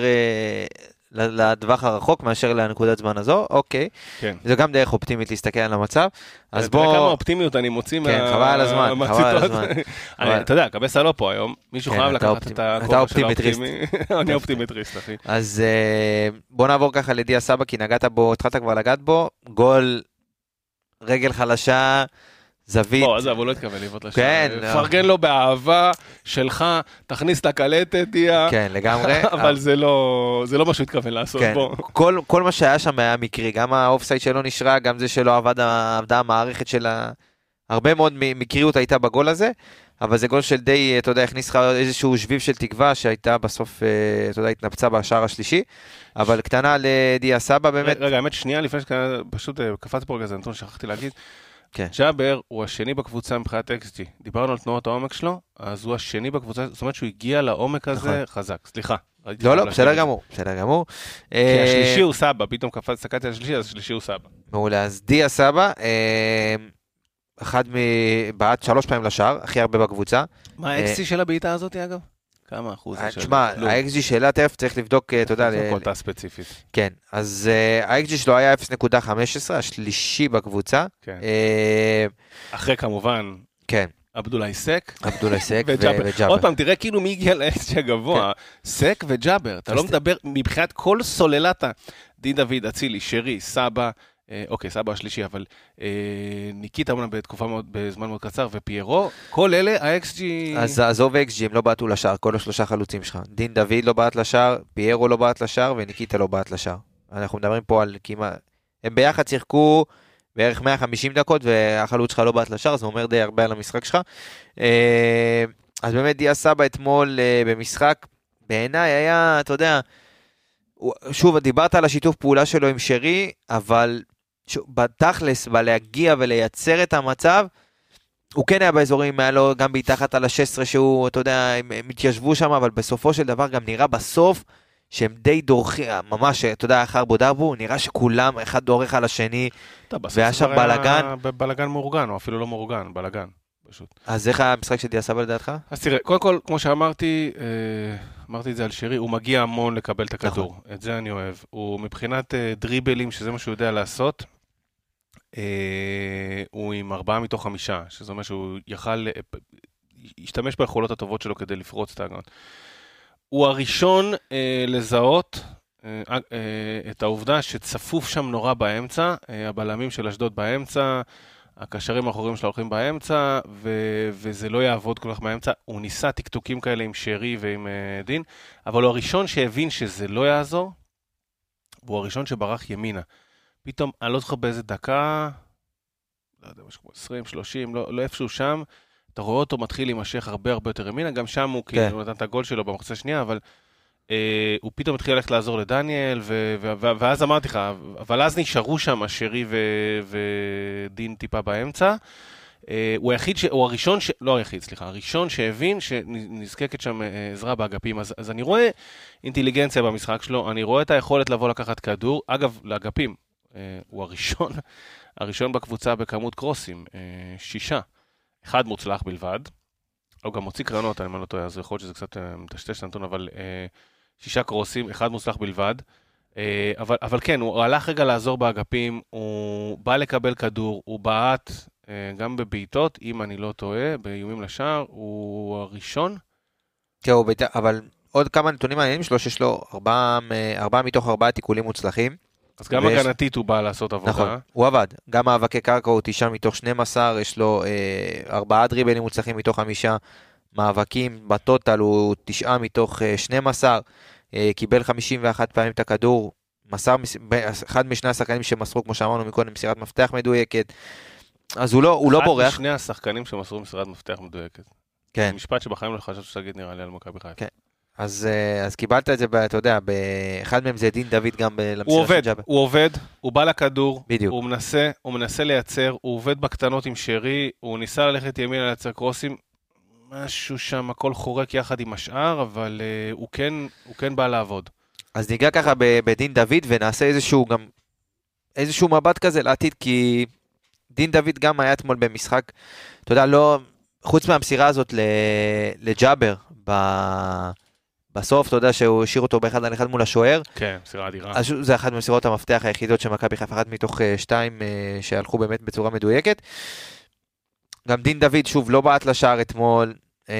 לדווח הרחוק מאשר לנקודת זמן הזו, אוקיי. כן. זה גם דרך אופטימית להסתכל על המצב. אז בוא... תראה כמה אופטימיות אני מוציא כן, חבל על הזמן, חבל על הזמן. אתה יודע, קבסה לא פה היום, מישהו חייב לקחת את הכובע של האופטימי. אני אופטימטריסט, אחי. אז בוא נעבור ככה לדיה סבא, כי נגעת בו, התחלת כבר לגעת בו, גול, רגל חלשה, זווית. לא, עזב, הוא לא התכוון לבעוט לשם. כן. פרגן לו באהבה שלך, תכניס את הקלטת, דיה. כן, לגמרי. אבל זה לא מה שהוא התכוון לעשות בו. כל מה שהיה שם היה מקרי, גם האופסייד שלו נשרה, גם זה שלא עבדה המערכת שלה, הרבה מאוד מקריות הייתה בגול הזה, אבל זה גול של די, אתה יודע, הכניס לך איזשהו שביב של תקווה, שהייתה בסוף, אתה יודע, התנפצה בשער השלישי, אבל קטנה לדיה סבא באמת. רגע, האמת שנייה לפני שפשוט קפץ פה רגע, זה נתון שכחתי להגיד, כן. ג'אבר הוא השני בקבוצה מבחינת XG. דיברנו על תנועות העומק שלו, אז הוא השני בקבוצה, זאת אומרת שהוא הגיע לעומק הזה חזק. סליחה. לא, בסדר גמור, בסדר גמור. כי השלישי הוא סבא, פתאום קפץ, סתכלתי על השלישי, אז השלישי הוא סבא. מעולה, אז דיה סבא, בעט 3 פעמים לשער, הכי הרבה בקבוצה. מה ה-XG של הבעיטה הזאת, אגב? כמה אחוז? תשמע, ה-XG שאלה תכף צריך לבדוק, אתה יודע. זו קולטה ספציפית. כן, אז ה-XG שלו היה 0.15, השלישי בקבוצה. כן. אחרי כמובן. כן. עבדולאי סק. עבדולאי סק וג'אבר. עוד פעם, תראה כאילו מי הגיע ל-XG הגבוה. סק וג'אבר. אתה לא מדבר מבחינת כל סוללת דין דוד, אצילי, שרי, סבא, אוקיי, סבא השלישי, אבל ניקיטה בזמן מאוד קצר, ופיירו, כל אלה, ה-XG... אז עזוב ה-XG, הם לא בעטו לשער, כל השלושה חלוצים שלך. דין דוד לא בעט לשער, פיירו לא בעט לשער, וניקיטה לא בעט לשער. אנחנו מדברים פה על כמעט... הם ביחד שיחקו בערך 150 דקות, והחלוץ שלך לא בעט לשער, זה אומר די הרבה על המשחק שלך. אז באמת דיה סבא אתמול במשחק, בעיניי היה, אתה יודע... שוב, דיברת על השיתוף פעולה שלו עם שרי, אבל בתכלס, בלהגיע ולייצר את המצב, הוא כן היה באזורים, היה לו גם בהתחת על ה-16 שהוא, אתה יודע, הם התיישבו שם, אבל בסופו של דבר גם נראה בסוף שהם די דורכים, ממש, אתה יודע, אחר בודרבו, נראה שכולם אחד דורך על השני, והיה שם בלגן. בלגן מאורגן, או אפילו לא מאורגן, בלגן, פשוט. אז איך המשחק של דיה סבא לדעתך? אז תראה, קודם כל, כמו שאמרתי, אמרתי את זה על שרי, הוא מגיע המון לקבל את הכדור, את זה אני אוהב. הוא מבחינת דריבלים, שזה מה שהוא יודע לעשות, הוא עם 4 מתוך 5, שזה אומר שהוא ישתמש ביכולות הטובות שלו כדי לפרוץ את ההגנות. הוא הראשון לזהות את העובדה שצפוף שם נורא באמצע, הבלמים של אשדוד באמצע, הקשרים האחוריים שלו הולכים באמצע, וזה לא יעבוד כל כך באמצע. הוא ניסה טקטוקים כאלה עם שרי ועם דין, אבל הוא הראשון שהבין שזה לא יעזור, והוא הראשון שברח ימינה. פתאום, אני לא זוכר באיזה דקה, לא יודע, משהו כמו 20, 30, לא איפשהו שם, אתה רואה אותו מתחיל להימשך הרבה הרבה יותר ימינה, גם שם הוא כאילו נתן את הגול שלו במחצה שנייה, אבל הוא פתאום התחיל ללכת לעזור לדניאל, ואז אמרתי לך, אבל אז נשארו שם שרי ודין טיפה באמצע. הוא הראשון, לא היחיד, סליחה, הראשון שהבין שנזקקת שם עזרה באגפים. אז אני רואה אינטליגנציה במשחק שלו, אני רואה את היכולת לבוא לקחת כדור. אגב, לאגפים, הוא הראשון בקבוצה בכמות קרוסים, 6. 1 מוצלח בלבד. הוא גם מוציא קרנות, אני לא טועה, אז יכול להיות שזה קצת מטשטש נתון, אבל 6 קרוסים, 1 מוצלח בלבד. אבל כן, הוא הלך רגע לעזור באגפים, הוא בא לקבל כדור, הוא בעט גם בבעיטות, אם אני לא טועה, באיומים לשער, הוא הראשון. כן, אבל עוד כמה נתונים מעניינים שלו, שיש לו 4 מתוך 4 תיקולים מוצלחים. אז גם הגנתית הוא בא לעשות עבודה. נכון, הוא עבד. גם מאבקי קרקע הוא 9 מתוך 12, יש לו 4 דריבלים מוצלחים מתוך 5 מאבקים, בטוטל הוא 9 מתוך 12, קיבל 51 פעמים את הכדור, אחד משני השחקנים שמסרו, כמו שאמרנו מקודם, מסירת מפתח מדויקת, אז הוא לא בורח. אחד משני השחקנים שמסרו מסירת מפתח מדויקת. כן. משפט שבחיים לא חשבתי שתגיד נראה לי על מכבי חיפה. כן. אז קיבלת את זה, אתה יודע, אחד מהם זה דין דוד גם למסירה של ג'אבר. הוא עובד, הוא בא לכדור, בדיוק. הוא מנסה לייצר, הוא עובד בקטנות עם שרי, הוא ניסה ללכת ימינה לייצר קרוסים, משהו שם, הכל חורק יחד עם השאר, אבל הוא כן בא לעבוד. אז ניגע ככה בדין דוד, ונעשה איזשהו מבט כזה לעתיד, כי דין דוד גם היה אתמול במשחק, אתה יודע, לא, חוץ מהמסירה הזאת לג'אבר, בסוף, אתה יודע שהוא השאיר אותו באחד על אחד מול השוער. כן, מסירה אדירה. אז זה אחת ממסירות המפתח היחידות של מכבי חיפה, אחת מתוך 2 שהלכו באמת בצורה מדויקת. גם דין דוד, שוב, לא בעט לשער אתמול.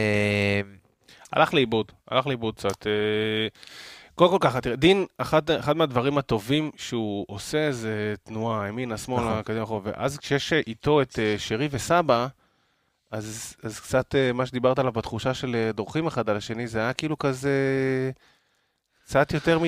הלך לאיבוד קצת. קודם כל ככה, תראה, דין, אחד מהדברים הטובים שהוא עושה זה תנועה, ימינה, שמאלה, קדימה אחורה, ואז כשיש איתו את שרי וסבא, אז קצת מה שדיברת עליו בתחושה של דורכים אחד על השני, זה היה כאילו כזה קצת יותר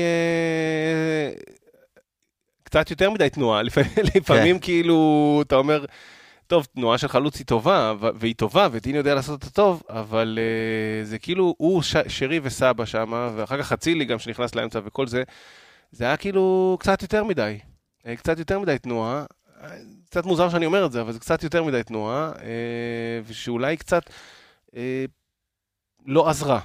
מדי תנועה. לפעמים כאילו, אתה אומר, טוב, תנועה של חלוץ היא טובה, והיא טובה, ודין יודע לעשות אותה טוב, אבל זה כאילו, הוא שרי וסבא שם, ואחר כך חצילי גם שנכנס לאמצע וכל זה, זה היה כאילו קצת יותר מדי תנועה, קצת מוזר שאני אומר את זה, אבל זה קצת יותר מדי תנועה, ושאולי קצת לא עזרה.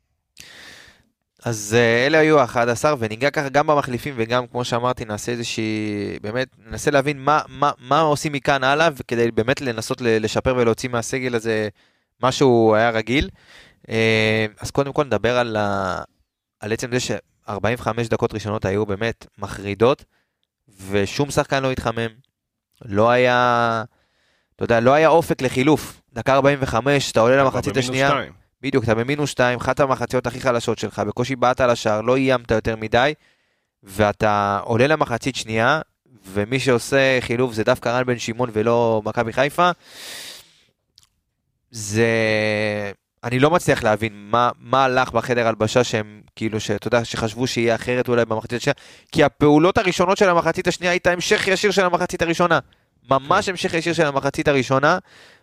אז אלה היו 11, וניגע ככה גם במחליפים, וגם כמו שאמרתי, נעשה באמת, ננסה להבין מה עושים מכאן הלאה, וכדי באמת לנסות לשפר ולהוציא מהסגל הזה משהו היה רגיל. אז קודם כל נדבר על עצם זה ש45 דקות ראשונות היו באמת מחרידות, ושום שחקן לא התחמם. לא היה, אתה יודע, לא היה אופק לחילוף. דקה 45, אתה עולה למחצית השנייה. בדיוק, אתה במינוס 2, אחת המחציות הכי חלשות שלך, בקושי באת על השער, לא איימת יותר מדי, ואתה עולה למחצית שנייה, ומי שעושה חילוף זה דווקא רן בן שמעון ולא מכבי חיפה. אני לא מצליח להבין מה הלך בחדר הלבשה שהם כאילו, שאתה יודע, שחשבו שיהיה אחרת אולי במחצית השנייה, כי הפעולות הראשונות של המחצית השנייה הייתה המשך ישיר של המחצית הראשונה. ממש המשך ישיר של המחצית הראשונה,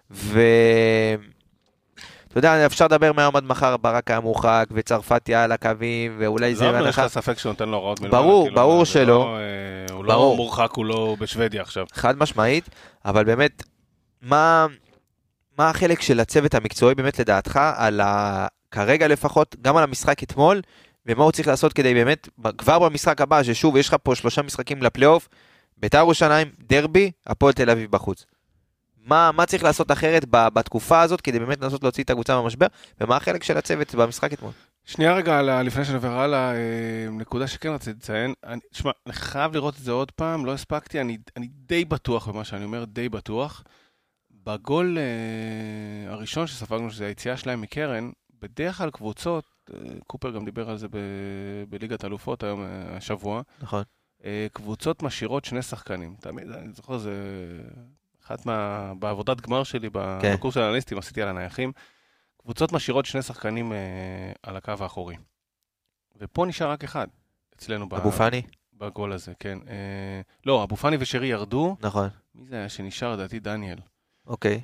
אתה יודע, אפשר לדבר מהיום עד מחר, ברק היה מורחק, וצרפתי על הקווים, ואולי זה... לא, יש לך ספק שהוא נותן לו הוראות מלמעלה. ברור שלא. הוא לא מורחק, הוא לא בשוודיה עכשיו. חד משמעית, אבל באמת, מה החלק של הצוות המקצועי באמת לדעתך, כרגע לפחות, גם על המשחק אתמול, ומה הוא צריך לעשות כדי באמת, כבר במשחק הבא, ששוב, יש לך פה 3 משחקים לפלייאוף, בית"ר ירושלים, דרבי, הפועל תל אביב בחוץ. מה צריך לעשות אחרת בתקופה הזאת, כדי באמת לנסות להוציא את הקבוצה מהמשבר, ומה החלק של הצוות במשחק אתמול? שנייה רגע, לפני שנעבר הלאה, נקודה שכן רציתי לציין, תשמע, אני חייב לראות את זה עוד פעם, לא הספקתי, אני די בטוח במה שאני אומר, די בטוח. בגול הראשון שספגנו, שזה היציאה שלהם מקרן, בדרך כלל קבוצות, קופר גם דיבר על זה בליגת אלופות היום, השבוע, נכון. קבוצות משאירות 2 שחקנים. תמיד, אני זוכר, זה אחת בעבודת גמר שלי, בקורס של האנליסטים, עשיתי על הנייחים, קבוצות משאירות 2 שחקנים על הקו האחורי. ופה נשאר רק אחד, אצלנו אבו פני? בגול הזה, כן. לא, אבו פני ושרי ירדו. נכון. מי זה היה שנשאר? דעתי דניאל. אוקיי.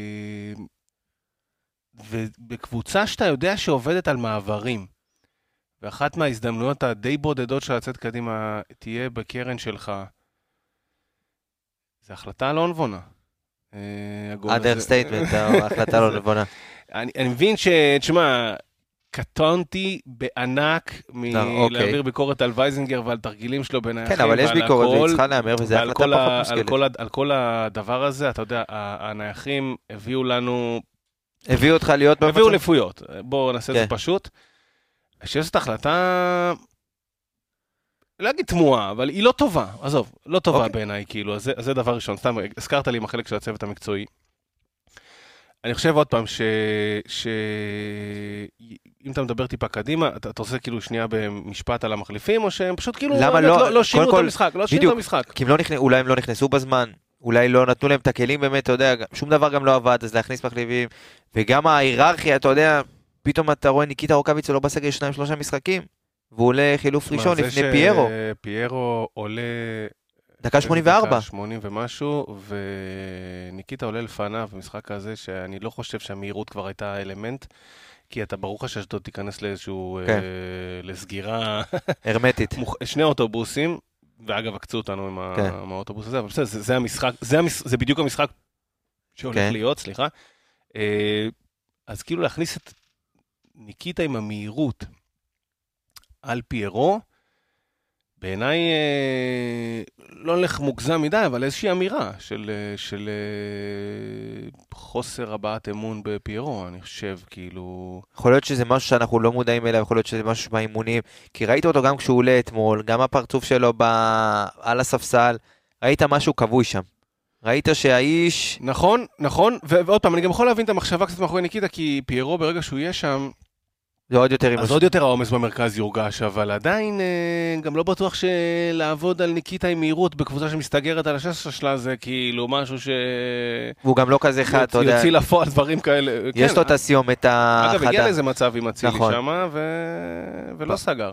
ובקבוצה שאתה יודע שעובדת על מעברים, ואחת מההזדמנויות הדי בודדות של לצאת קדימה תהיה בקרן שלך. זה החלטה לא נבונה. אנדרסטייטמנט, או החלטה לא נבונה. אני מבין תשמע, קטונתי בענק מלהעביר ביקורת על וייזינגר ועל תרגילים שלו בין היחים. כן, אבל יש ביקורת, והיא צריכה להאמר, וזה החלטה פחות מושכלת. על כל הדבר הזה, אתה יודע, הנייחים הביאו לנו... הביאו אותך להיות... הביאו לפויות. בואו נעשה את זה פשוט. שזאת החלטה... להגיד תמוהה, אבל היא לא טובה. עזוב, לא טובה בעיניי, כאילו. אז זה דבר ראשון. סתם, הזכרת לי עם החלק של הצוות המקצועי. אני חושב עוד פעם אם אתה מדבר טיפה קדימה, אתה עושה כאילו שנייה במשפט על המחליפים, או שהם פשוט כאילו לא שינו את המשחק, לא שינו את המשחק. כי אולי הם לא נכנסו בזמן, אולי לא נתנו להם את הכלים באמת, אתה יודע, שום דבר גם לא עבד, אז להכניס מחליפים, וגם ההיררכיה, אתה יודע, פתאום אתה רואה ניקיטה רוקאביץ לא בסגל 2-3 משחקים, והוא עולה חילוף ראשון לפני פיירו. פיירו עולה... דקה 84. 80 ומשהו, וניקיטה עולה לפניו במשחק הזה, שאני לא חושב שהמהירות כבר הייתה אלמנט, כי אתה ברוך שאשדוד תיכנס לאיזשהו, לסגירה... הרמטית. שני אוטובוסים, ואגב, עקצו אותנו עם האוטובוס הזה, אבל בסדר, זה המשחק, זה בדיוק המשחק שהולך להיות, סליחה. אז כאילו להכניס את ניקיטה עם המהירות על פיירו, בעיניי לא הולך מוגזם מדי, אבל איזושהי אמירה של חוסר הבעת אמון בפיירו, אני חושב, כאילו... יכול להיות שזה משהו שאנחנו לא מודעים אליו, יכול להיות שזה משהו באימונים, כי ראית אותו גם כשהוא עולה אתמול, גם הפרצוף שלו על הספסל, ראית משהו כבוי שם. ראית שהאיש... נכון, ועוד פעם, אני גם יכול להבין את המחשבה קצת מאחורי ניקיטה, כי פיירו ברגע שהוא יהיה שם, זה עוד יותר... אז עוד יותר העומס במרכז יורגש, אבל עדיין גם לא בטוח שלעבוד על ניקיטה עם מהירות בקבוצה שמסתגרת על השסר שלה, זה כאילו משהו ש... והוא גם לא כזה אחד, אתה יודע. יוציא לפועל דברים כאלה. יש לו את הסיומת החדה. אגב, הגיע לאיזה מצב עם הצילי שם, ולא סגר.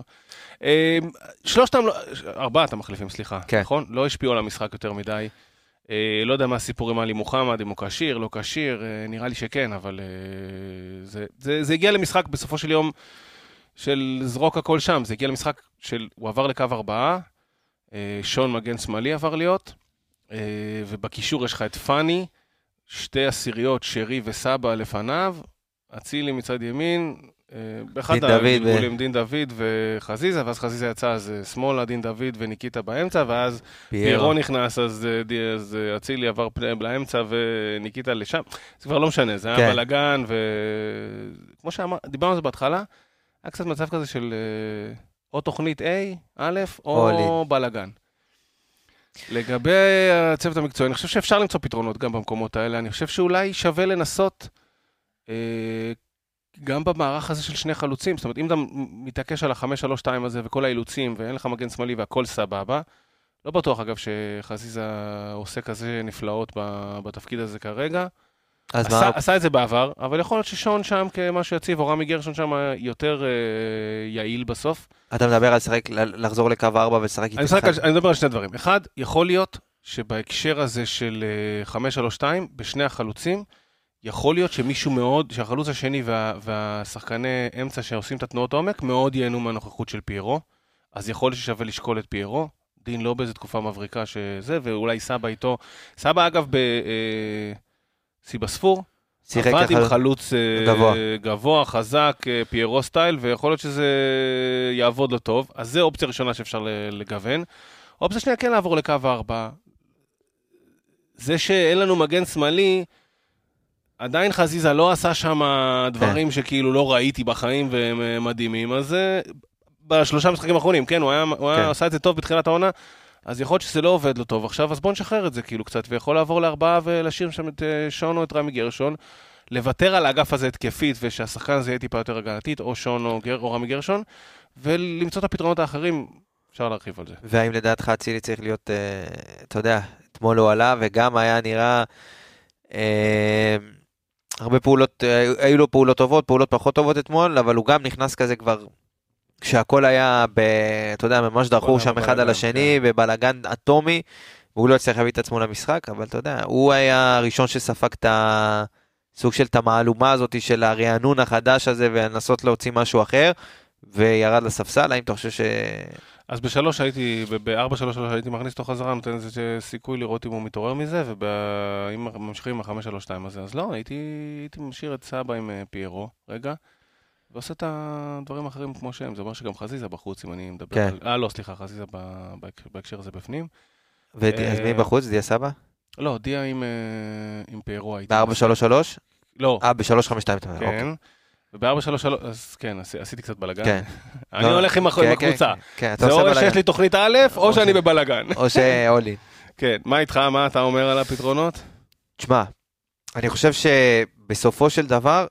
ארבעת המחליפים, סליחה, נכון? לא השפיעו על המשחק יותר מדי. לא יודע מה הסיפורים על מוחמד, אם הוא קשיר, לא קשיר, נראה לי שכן, אבל זה הגיע למשחק בסופו של יום של זרוק הכל שם, זה הגיע למשחק הוא עבר לקו 4, שון מגן שמאלי עבר להיות, ובקישור יש לך את פני, שתי עשיריות, שרי וסבא לפניו, אצילי מצד ימין, באחד הגלגולים דין דוד וחזיזה, ואז חזיזה יצא אז שמאלה, דין דוד וניקיטה באמצע, ואז פיירו נכנס, אז אצילי עבר לאמצע וניקיטה לשם. זה כבר לא משנה, זה היה בלגן, וכמו שדיברנו על זה בהתחלה, היה קצת מצב כזה של או תוכנית A, א', או בלגן. לגבי הצוות המקצועי, אני חושב שאפשר למצוא פתרונות גם במקומות האלה, אני חושב שאולי שווה לנסות גם במערך הזה של שני חלוצים, זאת אומרת, אם אתה מתעקש על ה-5-3-2 הזה וכל האילוצים, ואין לך מגן שמאלי והכל סבבה, לא בטוח אגב שחזיזה עושה כזה נפלאות בתפקיד הזה כרגע, עשה את זה בעבר, אבל יכול להיות ששון שם כמשהו יציב, או רמי גרשון שם יותר יעיל בסוף. אתה מדבר על לחזור לקו 4 ולשחק איתך? אני מדבר על שני דברים. אחד, יכול להיות שבהקשר הזה של 5-3-2, בשני החלוצים, יכול להיות שמישהו מאוד, שהחלוץ השני והשחקני אמצע שעושים את התנועות עומק, מאוד ייהנו מהנוכחות של פיירו, אז יכול להיות ששווה לשקול את פיירו, דין לא באיזו תקופה מבריקה שזה, ואולי סבא איתו, סבא אגב בסיבספור, עבד עם חלוץ גבוה, חזק, פיירו סטייל, ויכול להיות שזה יעבוד לו טוב, אז זה אופציה ראשונה שאפשר לגוון. אופציה שנייה כן לעבור לקו 4, זה שאין לנו מגן שמאלי, עדיין חזיזה לא עשה שם דברים שכאילו לא ראיתי בחיים והם מדהימים, אז בשלושה משחקים האחרונים, כן, הוא עשה את זה טוב בתחילת העונה, אז יכול להיות שזה לא עובד לו טוב עכשיו, אז בוא נשחרר את זה כאילו קצת, ויכול לעבור לארבעה ולהשאיר שם את שון או את רמי גרשון, לוותר על האגף הזה התקפית, ושהשחקן הזה יהיה טיפה יותר הגנתית, או שון או רמי גרשון, ולמצוא את הפתרונות האחרים, אפשר להרחיב על זה. והאם לדעתך אצילי צריך להיות, אתה יודע, אתמול הוא עלה, וגם היה נראה הרבה פעולות, היו לו פעולות טובות, פעולות פחות טובות אתמול, אבל הוא גם נכנס כזה כבר, כשהכל היה, אתה יודע, ממש דרכו שם אחד על השני, בבלגן אטומי, והוא לא הצליח להביא את עצמו למשחק, אבל אתה יודע, הוא היה הראשון שספג את הסוג של המעלומה הזאת, של הרענון החדש הזה, ולנסות להוציא משהו אחר, וירד לספסל, האם אתה חושב אז ב-3 הייתי, ב-4-3 הייתי מכניס אותו חזרה, נותן איזה סיכוי לראות אם הוא מתעורר מזה, ואם ממשיכים עם ה-5-3-2 הזה, אז לא, הייתי משאיר את סבא עם פיירו, רגע, ועושה את הדברים האחרים כמו שהם, זה אומר שגם חזיזה בחוץ, אם אני מדבר על... לא, סליחה, חזיזה בהקשר הזה בפנים. אז מי בחוץ? דיה סבא? לא, דיה עם פיירו הייתי. ב-4-3-3? לא. ב-3-5-2. כן. וב-4-3-3, אז כן, עשיתי קצת בלגן. אני הולך עם הקבוצה. זה או שיש לי תוכנית א', או שאני בבלגן. או שאולי. כן, מה איתך? מה אתה אומר על הפתרונות? תשמע, אני חושב שבסופו של דבר,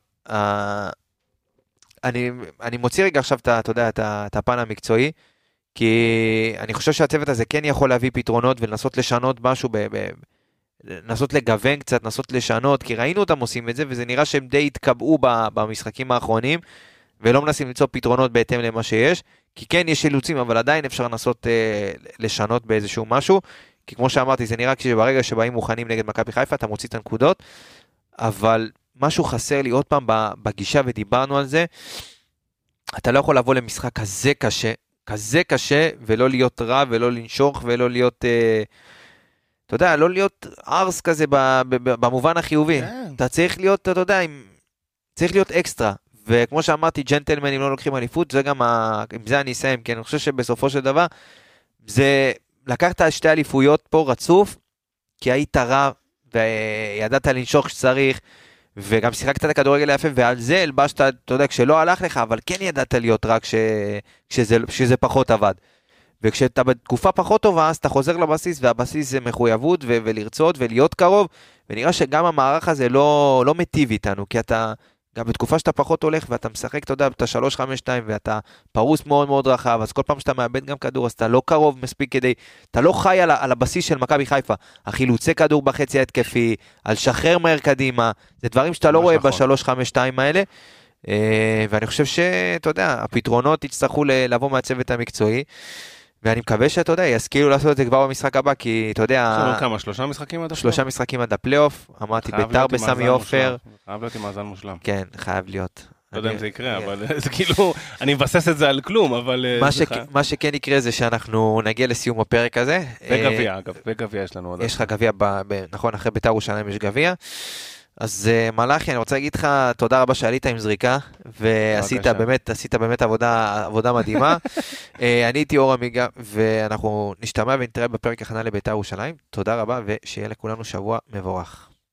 אני מוציא רגע עכשיו, אתה יודע, את הפן המקצועי, כי אני חושב שהצוות הזה כן יכול להביא פתרונות ולנסות לשנות משהו, לנסות לגוון קצת, לנסות לשנות, כי ראינו אותם עושים את זה, וזה נראה שהם די התקבעו במשחקים האחרונים, ולא מנסים למצוא פתרונות בהתאם למה שיש, כי כן יש אילוצים, אבל עדיין אפשר לנסות לשנות באיזשהו משהו, כי כמו שאמרתי, זה נראה שברגע שבאים מוכנים נגד מכבי חיפה, אתה מוציא את הנקודות, אבל משהו חסר לי עוד פעם בגישה, ודיברנו על זה, אתה לא יכול לבוא למשחק כזה קשה, ולא להיות רע, ולא לנשוך, ולא להיות... אתה יודע, לא להיות ארס כזה במובן החיובי. אתה צריך להיות, אתה יודע, צריך להיות אקסטרה. וכמו שאמרתי, ג'נטלמנים לא לוקחים אליפות, זה גם, עם זה אני אסיים, כי אני חושב שבסופו של דבר, זה לקחת שתי אליפויות פה רצוף, כי היית רע, וידעת לנשוך שצריך, וגם שיחקת את הכדורגל היפה, ועל זה הלבשת, אתה יודע, כשלא הלך לך, אבל כן ידעת להיות רע כשזה פחות עבד. וכשאתה בתקופה פחות טובה, אז אתה חוזר לבסיס, והבסיס זה מחויבות ולרצות ולהיות קרוב, ונראה שגם המערך הזה לא מטיב איתנו, כי אתה, גם בתקופה שאתה פחות הולך, ואתה משחק, אתה יודע, אתה 3-5-2, ואתה פרוס מאוד מאוד רחב, אז כל פעם שאתה מאבד גם כדור, אז אתה לא קרוב מספיק כדי, אתה לא חי על הבסיס של מכבי חיפה, החילוצי כדור בחצי ההתקפי, על שחרר מהר קדימה, זה דברים שאתה לא רואה ב-3-5-2 האלה, ואני חושב שאתה יודע, הפתרונות יצטרכו לבוא מהצוות המקצועי, ואני מקווה שאתה יודע, ישכילו לעשות את זה כבר במשחק הבא, כי אתה יודע... כמה? 3 משחקים עד הפלייאוף? 3 משחקים עד הפלייאוף, אמרתי ביתר בסמי עופר. חייב להיות עם מאזן מושלם. כן, חייב להיות. לא יודע אם זה יקרה, אבל זה כאילו, אני מבסס את זה על כלום, אבל... מה שכן יקרה זה שאנחנו נגיע לסיום הפרק הזה. וגביע, אגב, וגביע יש לנו עוד. יש לך גביע, נכון, אחרי ביתר ירושלים יש גביע. אז מלאכי, אני רוצה להגיד לך תודה רבה שעלית עם זריקה, ועשית באמת עבודה מדהימה. אני הייתי אור עמיגה, ואנחנו נשתמע ונתראה בפרק הכנה לביתר ירושלים. תודה רבה, ושיהיה לכולנו שבוע מבורך.